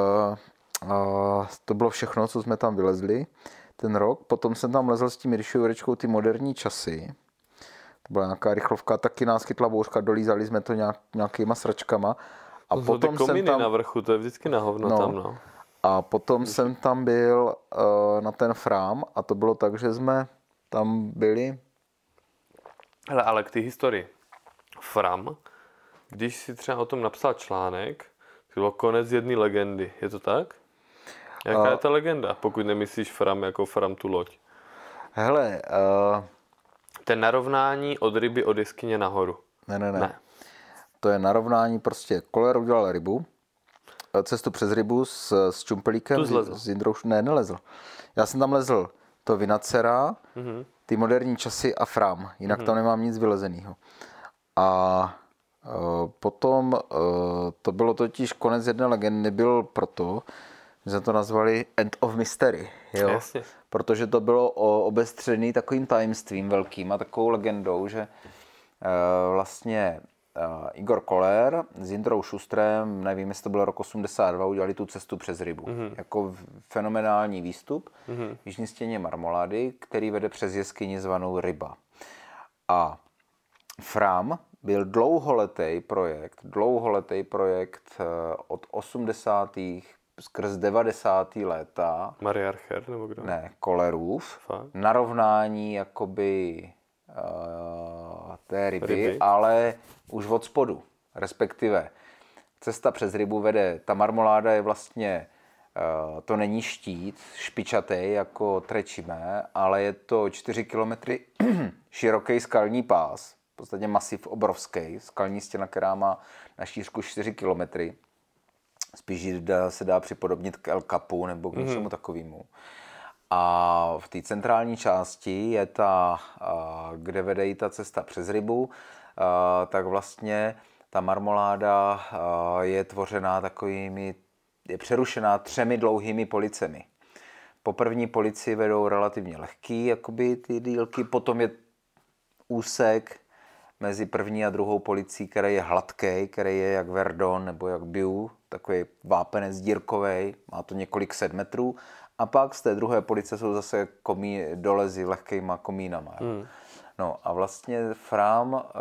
uh, to bylo všechno, co jsme tam vylezli ten rok. Potom jsem tam lezl s tím Irišou Jurečkou ty moderní časy. To byla nějaká rychlovka, taky nás chytla bouřka, dolízali jsme to nějak, nějakýma sračkama. A to potom ty jsem tam... na vrchu, to je vždycky na hovno no, tam, no. A potom Když... jsem tam byl uh, na ten Frám a to bylo tak, že jsme tam byli. Hele, ale k té historii. Fram, když si třeba o tom napsal článek, to bylo konec jedné legendy, je to tak? Jaká uh, je ta legenda, pokud nemyslíš Fram jako Fram tu loď? Hele, uh... ten narovnání od ryby od jeskyně nahoru. Ne, ne, ne. ne. To je narovnání, prostě Koller udělal rybu, cestu přes rybu s, s Čumpelíkem. Tu zlezl. S Jindrou, ne, nelezl. Já jsem tam lezl to Vinacera, mm-hmm. ty moderní časy a Fram, jinak mm-hmm. tam nemám nic vylezenýho. A uh, potom uh, to bylo totiž konec jedné legendy, byl proto, že jsme to nazvali End of Mystery, jo? Jasně. Protože to bylo obestřený takovým tajemstvím velkým a takovou legendou, že uh, vlastně uh, Igor Koller s Jindrou Šustrem, nevím, jestli to bylo rok osmdesát dva, udělali tu cestu přes rybu. Mm-hmm. Jako fenomenální výstup mm-hmm. v jižní stěně Marmolády, který vede přes jeskyni zvanou Ryba. A Fram byl dlouholetý projekt, dlouholetý projekt uh, od osmdesátých skrz devadesátá léta. Maria Archer, nebo kdo? Ne, Kollerův. Fakt? Narovnání jakoby uh, té ryby, ryby, ale už od spodu, respektive cesta přes rybu vede, ta Marmoláda je vlastně, uh, to není štít, špičatý jako Trečimé, ale je to čtyři kilometry široký skalní pás, v podstatě masiv obrovský, skalní stěna, která má na šířku čtyři kilometry. Spíš se dá připodobnit k El Capu nebo k něčemu mm. takovému. A v té centrální části je ta, kde vede i ta cesta přes rybu, tak vlastně ta Marmoláda je tvořená takovými, je přerušená třemi dlouhými policemi. Po první polici vedou relativně lehký, jakoby ty dílky, potom je úsek mezi první a druhou policií, který je hladký, který je jak Verdon nebo jak Biu, takový vápenec dírkovej, má to několik set metrů. A pak z té druhé police jsou zase komí, dolezy lehkýma komínama. Hmm. No a vlastně Fram uh,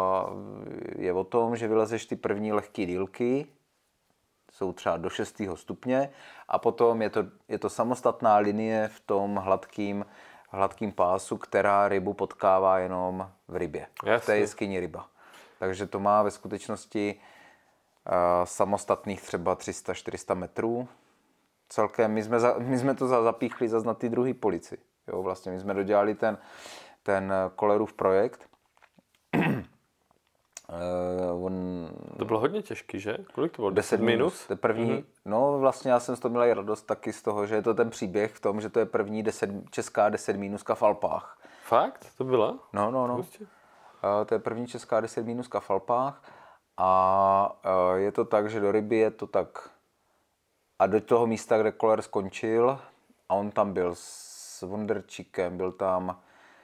je o tom, že vylezeš ty první lehké dílky, jsou třeba do šestého stupně, a potom je to, je to samostatná linie v tom hladkým, hladkým pásu, která rybu potkává jenom v rybě. Jasně. V té jeskyni Ryba. Takže to má ve skutečnosti uh, samostatných třeba tři sta čtyři sta metrů. Celkem my jsme, za, my jsme to zapíchli zase na ty druhý polici. Jo, vlastně my jsme dodělali ten, ten Kollerův projekt. uh, on, to bylo hodně těžký, že? Kolik to bylo? deset minus? To první, mm-hmm. No vlastně já jsem z toho měl radost taky z toho, že je to ten příběh v tom, že to je první deset, česká deset mínuska v Alpách. Fakt? To byla? No, no, no. Uh, to je první česká deset mínuska v Alpách a uh, je to tak, že do Ryby je to tak a do toho místa, kde Koller skončil, a on tam byl s Wonderčíkem, byl tam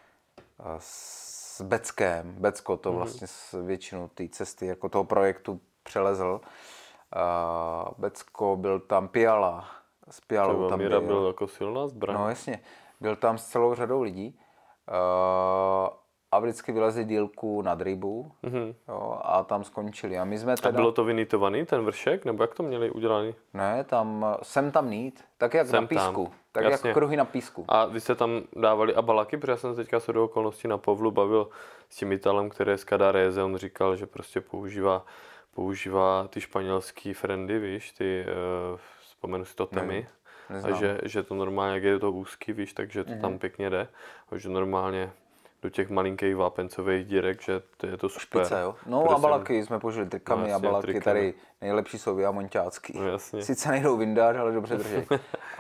s Beckem, Becko to vlastně s většinou té cesty, jako toho projektu přelezl. Uh, Becko, byl tam Piala, s Pialou tam Míra byl. byl jako silná zbraň. No jasně, byl tam s celou řadou lidí. Uh, a vždycky vylezli dílku nad Rybu, mm-hmm. jo, a tam skončili. A my jsme teda... A bylo to vynitovaný, ten vršek, nebo jak to měli udělaný? Ne, tam, sem tam nít, tak jak sem na písku, tam. Tak jasně. Jak kruhy na písku. A vy jste tam dávali abalaky, protože já jsem se teďka se do okolností na Povlu bavil s tím Italem, který je z Cadarese, on říkal, že prostě používá, používá ty španělský friendy, víš, ty, uh, vzpomenu si totemy. Ne, a že, že to normálně, jak je to úzký, víš, takže to mm. tam pěkně jde. A že normálně do těch malinkých vápencových dírek, že to je to super. Špice, jo? No a balaky jsme použili trikami, no, a balaky trikami. Tady nejlepší jsou viamonťácký. No, sice nejdou vyndat, ale dobře drží. ale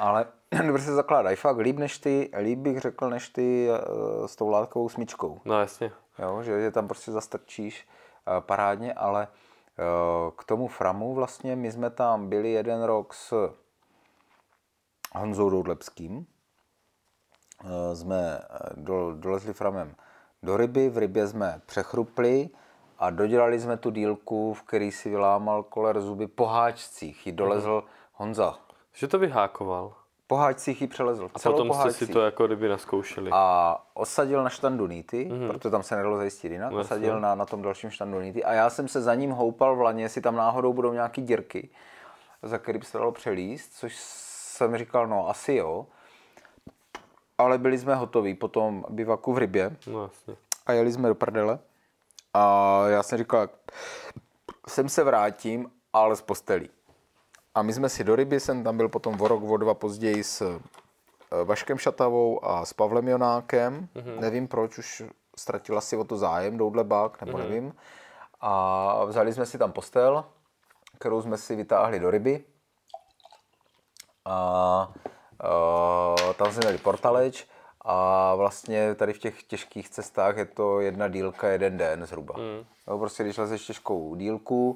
dobře se zakládají, fakt líp než ty, líp bych řekl, než ty uh, s tou látkovou smyčkou. No jasně. Jo, že je tam prostě zastrčíš uh, parádně, ale uh, k tomu framu vlastně my jsme tam byli jeden rok s Honzou Doudlebským. Uh, jsme do, dolezli framem do ryby, v rybě jsme přechrupli a dodělali jsme tu dílku, v který si vylámal koler zuby po háčcích. Ji dolezl mm. Honza. Že to vyhákoval. Po háčcích ji přelezl. A potom jste si to jako ryby naskoušeli. A osadil na štandu nýty, mm. protože tam se nedalo zajistit jinak. Vlastně. Osadil na, na tom dalším štandu nýty a já jsem se za ním houpal v laně, jestli tam náhodou budou nějaký dírky, za který by se dalo přelíst, což jsem říkal, no asi jo. Ale byli jsme hotoví po tom bivaku v rybě. No vlastně. A jeli jsme do prdele. A já jsem říkal, sem se vrátím, ale z postelí. A my jsme si do ryby, jsem tam byl potom o rok, o dva později s Vaškem Šatavou a s Pavlem Jonákem. Mm-hmm. Nevím proč, už ztratil asi o to zájem Doudlebák, nebo mm-hmm. nevím. A vzali jsme si tam postel, kterou jsme si vytáhli do ryby. A Uh, tam jsme měli portaleč a vlastně tady v těch těžkých cestách je to jedna dílka, jeden den zhruba. Mm. Jo, prostě když lezeš těžkou dílku,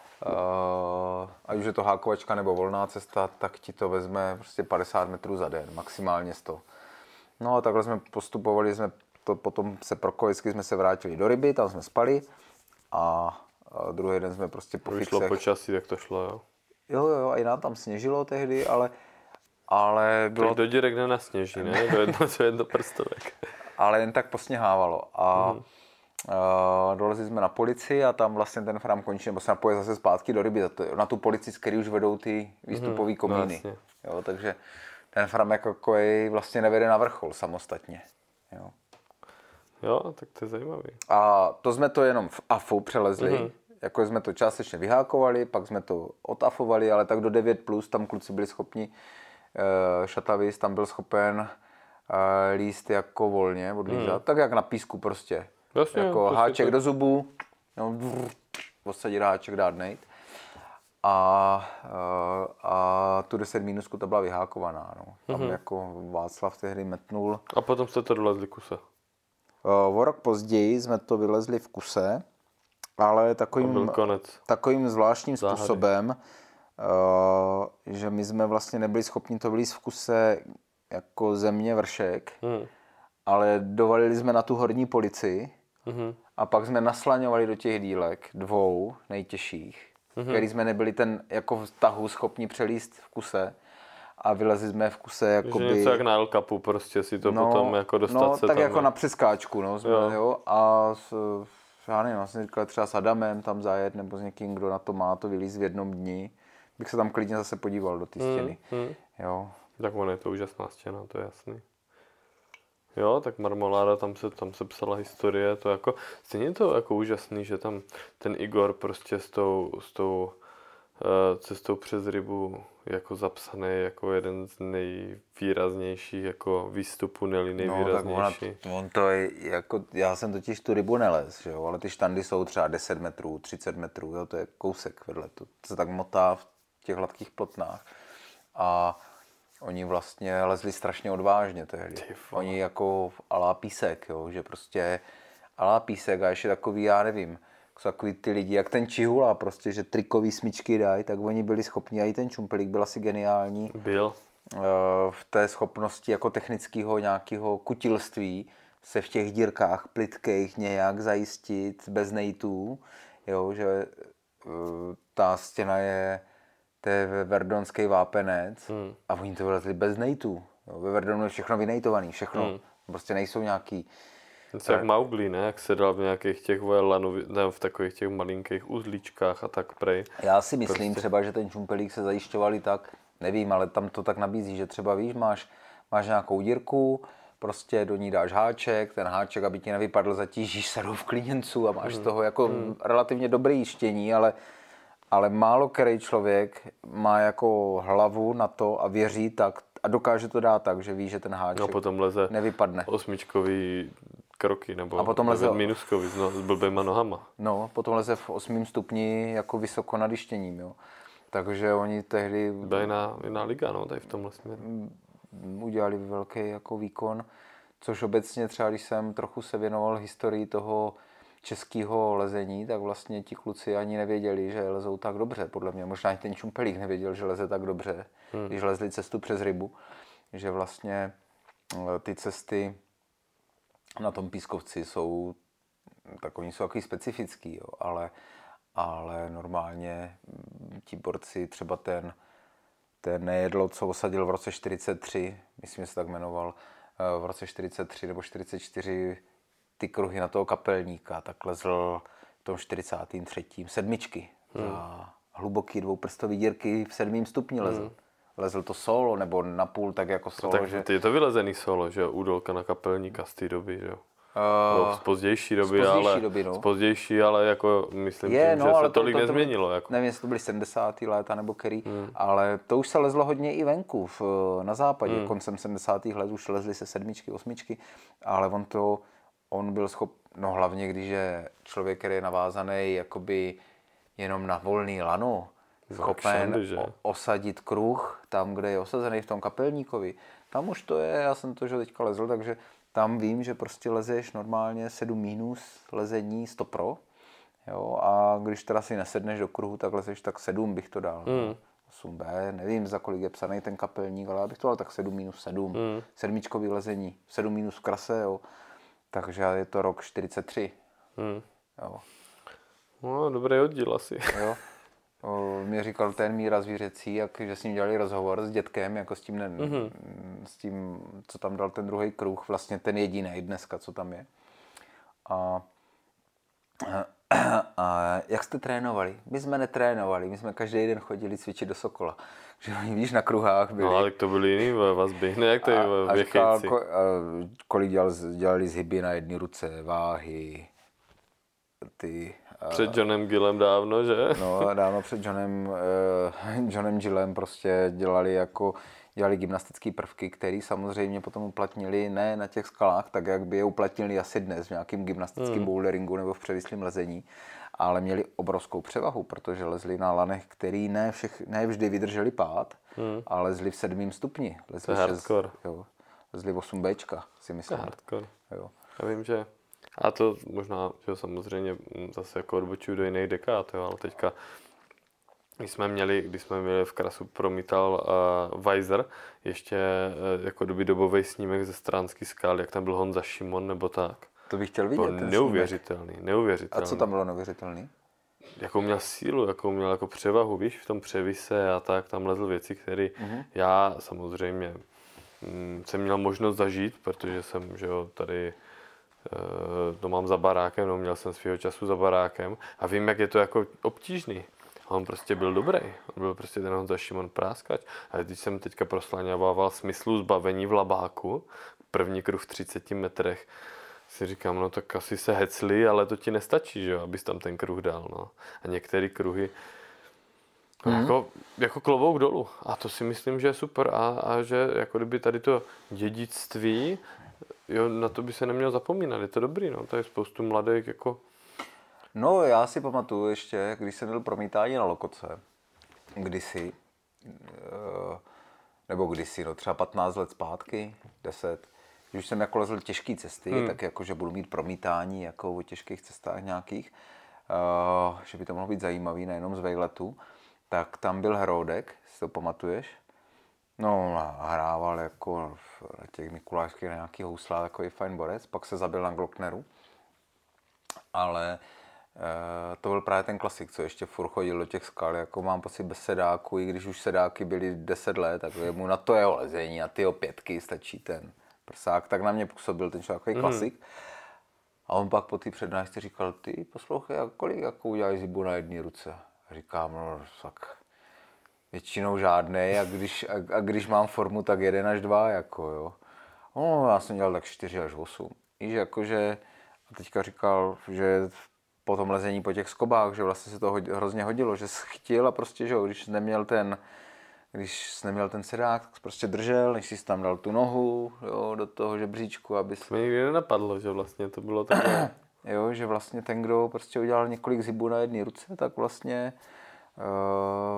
uh, ať už je to hákovačka nebo volná cesta, tak ti to vezme prostě padesát metrů za den, maximálně sto. No a takhle jsme postupovali, jsme to, potom se prokovicky jsme se vrátili do ryby, tam jsme spali a, a druhý den jsme prostě po fixech. Vyšlo počasí, tak to šlo, jo? Jo, jo, a i nám tam sněžilo tehdy, ale Ale bylo... Tak do dírek nenasněží, ne? Do jedno, do jedno prstovek. Ale jen tak posněhávalo. A mm. uh, dolezli jsme na policii a tam vlastně ten fram končí, nebo se napoje zase zpátky do ryby, na tu policii, z který už vedou ty výstupové mm. komíny. No, jo, takže ten fram jako takový vlastně nevede na vrchol samostatně. Jo. Jo, tak to je zajímavý. A to jsme to jenom v afu přelezli. Mm. Jako jsme to částečně vyhákovali, pak jsme to otafovali, ale tak do devět plus tam kluci byli schopni. Šatavis tam byl schopen uh, líst jako volně, odlízat, hmm. tak jak na písku prostě. Jasně, jako prostě háček to... do zubu, no, odsadit háček, dát nejt. A, uh, a tu deset minusku ta byla vyhákovaná. No. Tam hmm. jako Václav tehdy metnul. A potom jste to dolezli kuse? Uh, o rok později jsme to vylezli v kuse, ale takovým, takovým zvláštním Záhady. způsobem, Uh, že my jsme vlastně nebyli schopni to vylízt v kuse jako země vršek, mm. ale dovalili jsme na tu horní policii mm-hmm. a pak jsme naslaňovali do těch dílek dvou nejtěžších, mm-hmm. který jsme nebyli ten jako v tahu schopni přelízt v kuse a vylezli jsme v kuse jakoby... Že něco jak na El Capu, prostě si to no, potom jako dostat no, se tak tam. jako na přeskáčku, no, jsme, jo. Jo, a s, já nevím, vlastně říkal třeba s Adamem tam zajet nebo s někým, kdo na to má to vylízt v jednom dni. Bych se tam klidně zase podíval do té stěny. Mm, mm. Jo. Tak ono je to úžasná stěna, to je jasný. Jo, tak Marmoláda, tam se, tam se psala historie, to jako, stejně to jako úžasný, že tam ten Igor prostě s tou, s tou uh, cestou přes rybu jako zapsaný jako jeden z nejvýraznějších jako výstupů, ne-li nejvýraznější. No, tak ona, on to je, jako, já jsem totiž tu rybu nelez, že jo, ale ty štandy jsou třeba deset metrů, třicet metrů, jo, to je kousek vedle, to se tak motá v těch hladkých plotnách. A oni vlastně lezli strašně odvážně tehdy. Oni jako alá písek, jo, že prostě alá písek a ještě takový, já nevím, jsou takový ty lidi, jak ten Čihula prostě, že trikový smyčky dají, tak oni byli schopni, a i ten Čumpelík byl asi geniální. Byl. V té schopnosti jako technického nějakého kutilství se v těch dírkách plitkých nějak zajistit bez nejtů, jo, že ta stěna je to je verdonský vápenec hmm. a oni to vylezli bez nejtů. Jo, ve Verdonu je všechno vynejtovaný, všechno. Hmm. Prostě nejsou nějaký... To jak Mowgli, ne? Jak se dal v nějakých těch vojelanů, v takových těch malinkých uzlíčkách a tak prej. Já si myslím prostě... třeba, že ten Čumpelík se zajišťovali tak, nevím, ale tam to tak nabízí, že třeba víš, máš, máš nějakou dírku, prostě do ní dáš háček, ten háček, aby ti nevypadl, zatížíš sadu v klíněnců a máš hmm. z toho jako hmm. relativně dobré jištění, ale Ale málo který člověk má jako hlavu na to a věří tak a dokáže to dát tak, že ví, že ten háček no, potom leze nevypadne. Osmičkový kroky nebo a potom leze minuskový no, s blbýma nohama. No, potom leze v osmém stupni jako vysoko nad jištěním, jo. Takže oni tehdy... Byla jiná, jiná liga, no, tady v tomhle směru. udělali velký jako výkon, což obecně třeba, když jsem trochu se věnoval historii toho českého lezení, tak vlastně ti kluci ani nevěděli, že lezou tak dobře. Podle mě možná i ten Čumpelík nevěděl, že leze tak dobře, hmm. když lezli cestu přes rybu, že vlastně ty cesty na tom Pískovci jsou tak oni jsou takový specifický, jo, ale, ale normálně ti borci, třeba ten, ten Nejedlo, co osadil v roce čtyřicet tři, myslím, že se tak jmenoval, v roce čtyřicet tři nebo čtyřicet čtyři ty kruhy na toho kapelníka, tak lezl v tom čtyřicátém třetím sedmičky hmm. za hluboký dvouprstový dírky v sedmém stupni lezl. Hmm. Lezl to solo, nebo napůl tak jako solo. No tak že... je to vylezený solo, že údolka na kapelníka z té doby, že jo? Uh, z pozdější doby, z pozdější ale doby, no. z pozdější, ale jako myslím, je, tím, no, že ale se tolik to, to, nezměnilo. Jako. Nevím, jestli to byly sedmdesátá léta nebo který, hmm. ale to už se lezlo hodně i venku, v, na západě. Hmm. Koncem sedmdesátých let už lezli se sedmičky, osmičky, ale on to, on byl schop, no hlavně když je člověk, který je navázaný jakoby jenom na volný lano, schopen o, osadit kruh tam, kde je osazený v tom kapelníkovi. Tam už to je, já jsem to, že teďka lezl, takže tam vím, že prostě lezeš normálně sedm minus lezení sto pro, jo, a když teda si nesedneš do kruhu, tak lezeš tak sedm bych to dal. Mm. osm bé, nevím, za kolik je psaný ten kapelník, ale já bych to dal tak sedm minus sedm. Mm. Sedmičkový lezení, sedm minus v krase, jo. Takže je to rok čtyřicet tři. Mm. Jo. No, dobrý oddíl asi. Jo. O, mě říkal ten Míra Zvířecí, jak, že s ním dělali rozhovor s dětkem, jako s tím, ne, mm-hmm. s tím, co tam dal ten druhý kruh, vlastně ten jediný dneska, co tam je. A, a, a jak jste trénovali? My jsme netrénovali, my jsme každý den chodili cvičit do Sokola. Že oni, víš, na kruhách byli. No, ale to byli jiný vazby, ne jak to je v Věchejci. Ko, kolik dělali, dělali zhyby na jedné ruce, váhy, ty... Před Johnem Gillem dávno, že? No, dávno před Johnem, uh, Johnem Gillem prostě dělali jako, dělali gymnastické prvky, které samozřejmě potom uplatnili ne na těch skalách, tak jak by je uplatnili asi dnes v nějakým gymnastickém hmm. boulderingu nebo v převislém lezení, ale měli obrovskou převahu, protože lezli na lanech, který ne, všech, ne vždy vydrželi pád, hmm. ale lezli v sedmém stupni. Lezli to je hardcore. Jo, lezli v osm béčka, si myslím. To je hardcore. Jo. Já vím, že a to možná, že samozřejmě zase jako odbočuju do jiných dekád, jo, ale teďka, když jsme měli, když jsme měli v Krasu promítal uh, Weiser, ještě uh, jako doby dobovej snímek ze Stránský skal, jak tam byl Honza Šimon nebo tak. To bych chtěl vidět. Neuvěřitelný, neuvěřitelný. A co tam bylo neuvěřitelný? Jakou měl sílu, jakou měl jako převahu, víš, v tom převise a tak, tam lezl věci, které mm-hmm. já samozřejmě mm, jsem měl možnost zažít, protože jsem, že jo, tady to mám za barákem, no měl jsem svýho času za barákem a vím, jak je to jako obtížný. A on prostě byl dobrý, on byl prostě ten Honza Šimon práskač. A když jsem teďka proslaňoval smyslu zbavení v Labáku, první kruh v třiceti metrech, si říkám, no tak asi se hecli, ale to ti nestačí, že jo, abys tam ten kruh dal, no. A některé kruhy mm. jako, jako klobouk dolů. A to si myslím, že je super a, a že jako kdyby tady to dědictví, jo, na to by se nemělo zapomínat, je to dobrý, no, to je spoustu mladých, jako... No, já si pamatuju ještě, když jsem byl promítání na Lokoce, kdysi, nebo kdysi, no třeba patnáct let zpátky, deset, když už jsem jako lezl těžké cesty, hmm. tak jako, že budu mít promítání jako o těžkých cestách nějakých, uh, že by to mohlo být zajímavý, nejenom z vejletu, tak tam byl Hrodek, si to pamatuješ? No, hrával jako v těch Mikulášských na nějaký houslách, takový fajn borec, pak se zabil na Glockneru, ale e, to byl právě ten klasik, co ještě furt chodil do těch skal, jako mám pocit bez sedáku, i když už sedáky byly deset let, tak mu na to jeho lezení a tyho pětky stačí ten prsák, tak na mě působil ten člověk, takový klasik. Mm. A on pak po té přednášce říkal, ty poslouchej, a kolik jako uděláš zibu na jedné ruce? A říkám, no tak... Většinou žádnej a když, a, a když mám formu, tak jeden až dva, jako jo. No, já jsem dělal tak čtyři až osm. Víš, jakože, a teďka říkal, že po tom lezení po těch skobách, že vlastně se to hodě, hrozně hodilo, že jsi chtěl a prostě, že jo, když neměl ten, když jsi neměl ten sedák, tak jsi prostě držel, než jsi tam dal tu nohu, jo, do toho žebříčku, aby to mi nikdy nenapadlo, že vlastně to bylo takové. Jo, že vlastně ten, kdo prostě udělal několik zhybů na jedné ruce, tak vlastně uh,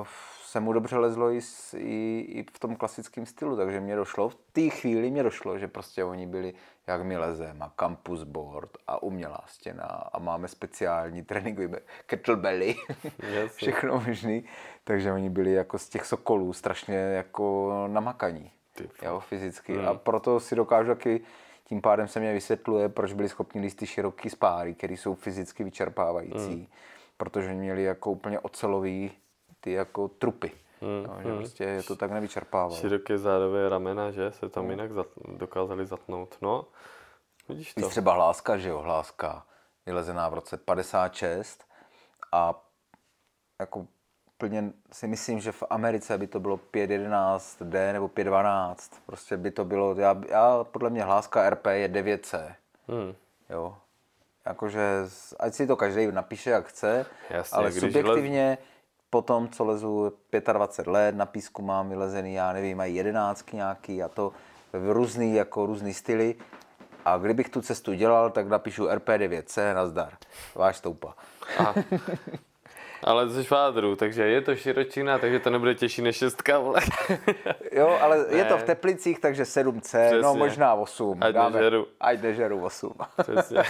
se mu dobře lezlo i, s, i, i v tom klasickém stylu, takže mě došlo, v té chvíli mě došlo, že prostě oni byli, jak my lezeme, a campus board a umělá stěna a máme speciální tréninkový kettlebelly, všechno možný, takže oni byli jako z těch sokolů strašně jako namakaní, jo, fyzicky hmm. a proto si dokážu taky, tím pádem se mě vysvětluje, proč byli schopni líst ty široký spáry, které jsou fyzicky vyčerpávající, hmm. protože měli jako úplně ocelový ty jako trupy. Hmm, no, že hmm. prostě je to tak nevyčerpávalo. Široké zádové ramena, že se tam hmm. jinak zat, dokázali zatnout. No, vidíš to. Víš třeba Hláska, že jo, Hláska vylezená v roce padesát šest a jako plně si myslím, že v Americe by to bylo pět jedenáct D nebo pět dvanáct. Prostě by to bylo, já, já podle mě Hláska R P je devět C. Hmm. Jo. Jakože, ať si to každý napíše, jak chce, jasně, ale subjektivně lez... po tom, co lezu dvacet pět let, na písku mám vylezený, já nevím, mají jedenáctky nějaký a to v různý, jako různý styly. A kdybych tu cestu dělal, tak napíšu R P devět C, nazdar. Váš stoupa. Ale ze švádru, takže je to širočina, takže to nebude těžší než šestka, vole. Jo, ale ne. Je to v Teplicích, takže sedm C, přesně. No možná osm. Ať dáme, nežeru. Ať nežeru osm. Přesně.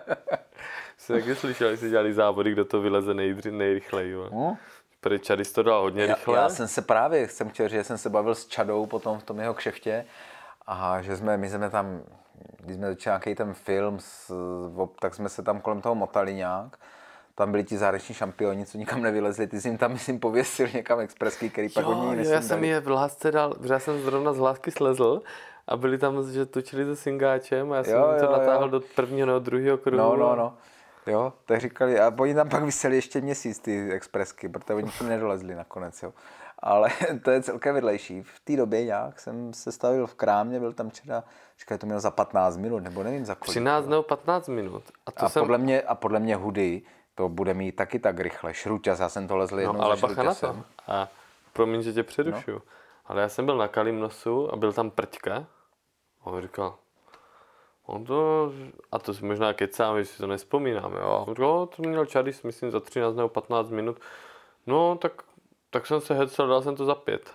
Jsi taky slyšel, že si dělali závody, kdo to vyleze nejdři, nejrychleji. Hmm? Protože Čadis to dal hodně rychle. Já, já jsem se právě, jsem chtěl říct, že jsem se bavil s Čadou potom v tom jeho kšeftě a že jsme, my jsme tam, když jsme začali nějaký ten film, s, tak jsme se tam kolem toho motali nějak. Tam byli ti zahraniční šampioni, co nikam nevylezli, ty jsi jim tam, myslím, pověsil někam expresky, který pak od ní nesundali. Já jsem je v Lásce dal, protože já jsem zrovna z Lásky slezl a byli tam, že točili se Singáčem a já jsem jo, to jo, natáhl jo. do prvního nebo druhého kruhu. No, no, no. Jo, tak říkali, a oni tam pak vyseli ještě měsíc ty expresky, protože oni tam nedolezli nakonec, jo. Ale to je celkem vedlejší. V té době nějak jsem se stavil v krámě, byl tam včera, říkali, to měl za patnáct minut, nebo nevím za kolik. třináct nebo patnáct minut. A, to a, jsem... podle mě, a podle mě Hudy to bude mít taky tak rychle. Šruťas, já jsem to lezl jednou no, ale za bacha na to. A promiň, že tě přerušu. No. Ale já jsem byl na Kalimnosu a byl tam Prťka. A on říkal, on to, a to si možná kecám, že si to nespomínám. Jo. A on říkal, to měl Čadis, myslím, za třináct nebo patnáct minut. No, tak, tak jsem se hecel, dal jsem to za pět.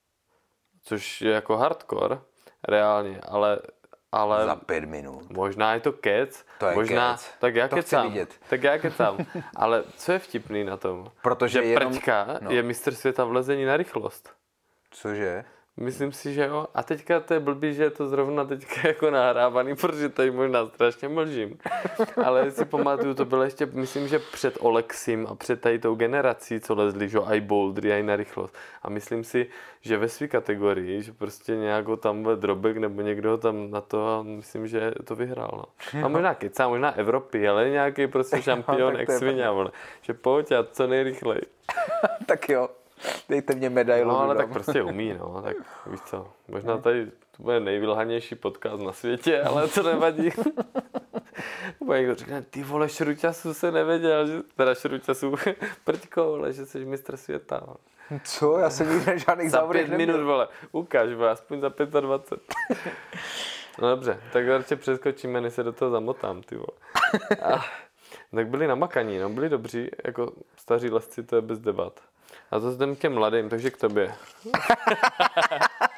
Což je jako hardcore, reálně, ale... Ale za pět minut. Možná je to kec. To je možná, kec. Tak já to kecám. Tak já kecám. Ale co je vtipný na tom? Protože že jenom... Prťka no. je mistr světa v lezení na rychlost. Cože? Myslím si, že jo. A teďka to je blbý, že je to zrovna teďka jako nahrávaný, protože tady možná strašně mlžím. Ale si pamatuju, to bylo ještě, myslím, že před Olexim a před tady tou generací, co lezli, že i bouldry, i na rychlost. A myslím si, že ve své kategorii, že prostě nějakou tam Drobek nebo někdo ho tam na to a myslím, že to vyhrál. No. A možná kecá, možná Evropy, ale nějaký prostě šampion ex svině, že pojď a co nejrychleji. Tak jo. Dejte mě medailu. No, ale tak prostě umí, no, tak víš co, možná tady to bude nejvylhanější podcast na světě, ale to nevadí. Bo někdo řekne, ty vole, Šruťasu se nevěděl, že, teda Šruťasu, Prťko, vole, že jsi mistr světa. Co? Já jsem nikdy žádných závodech Za pět minut, vole, ukáž, vole, aspoň za dvacet pět. No dobře, tak radši přeskočíme, než se do toho zamotám, ty vole. A, tak byli namakaní, no, byli dobří, jako staří lesci, to je bez debat. A to jdem k těm mladým, takže k tobě.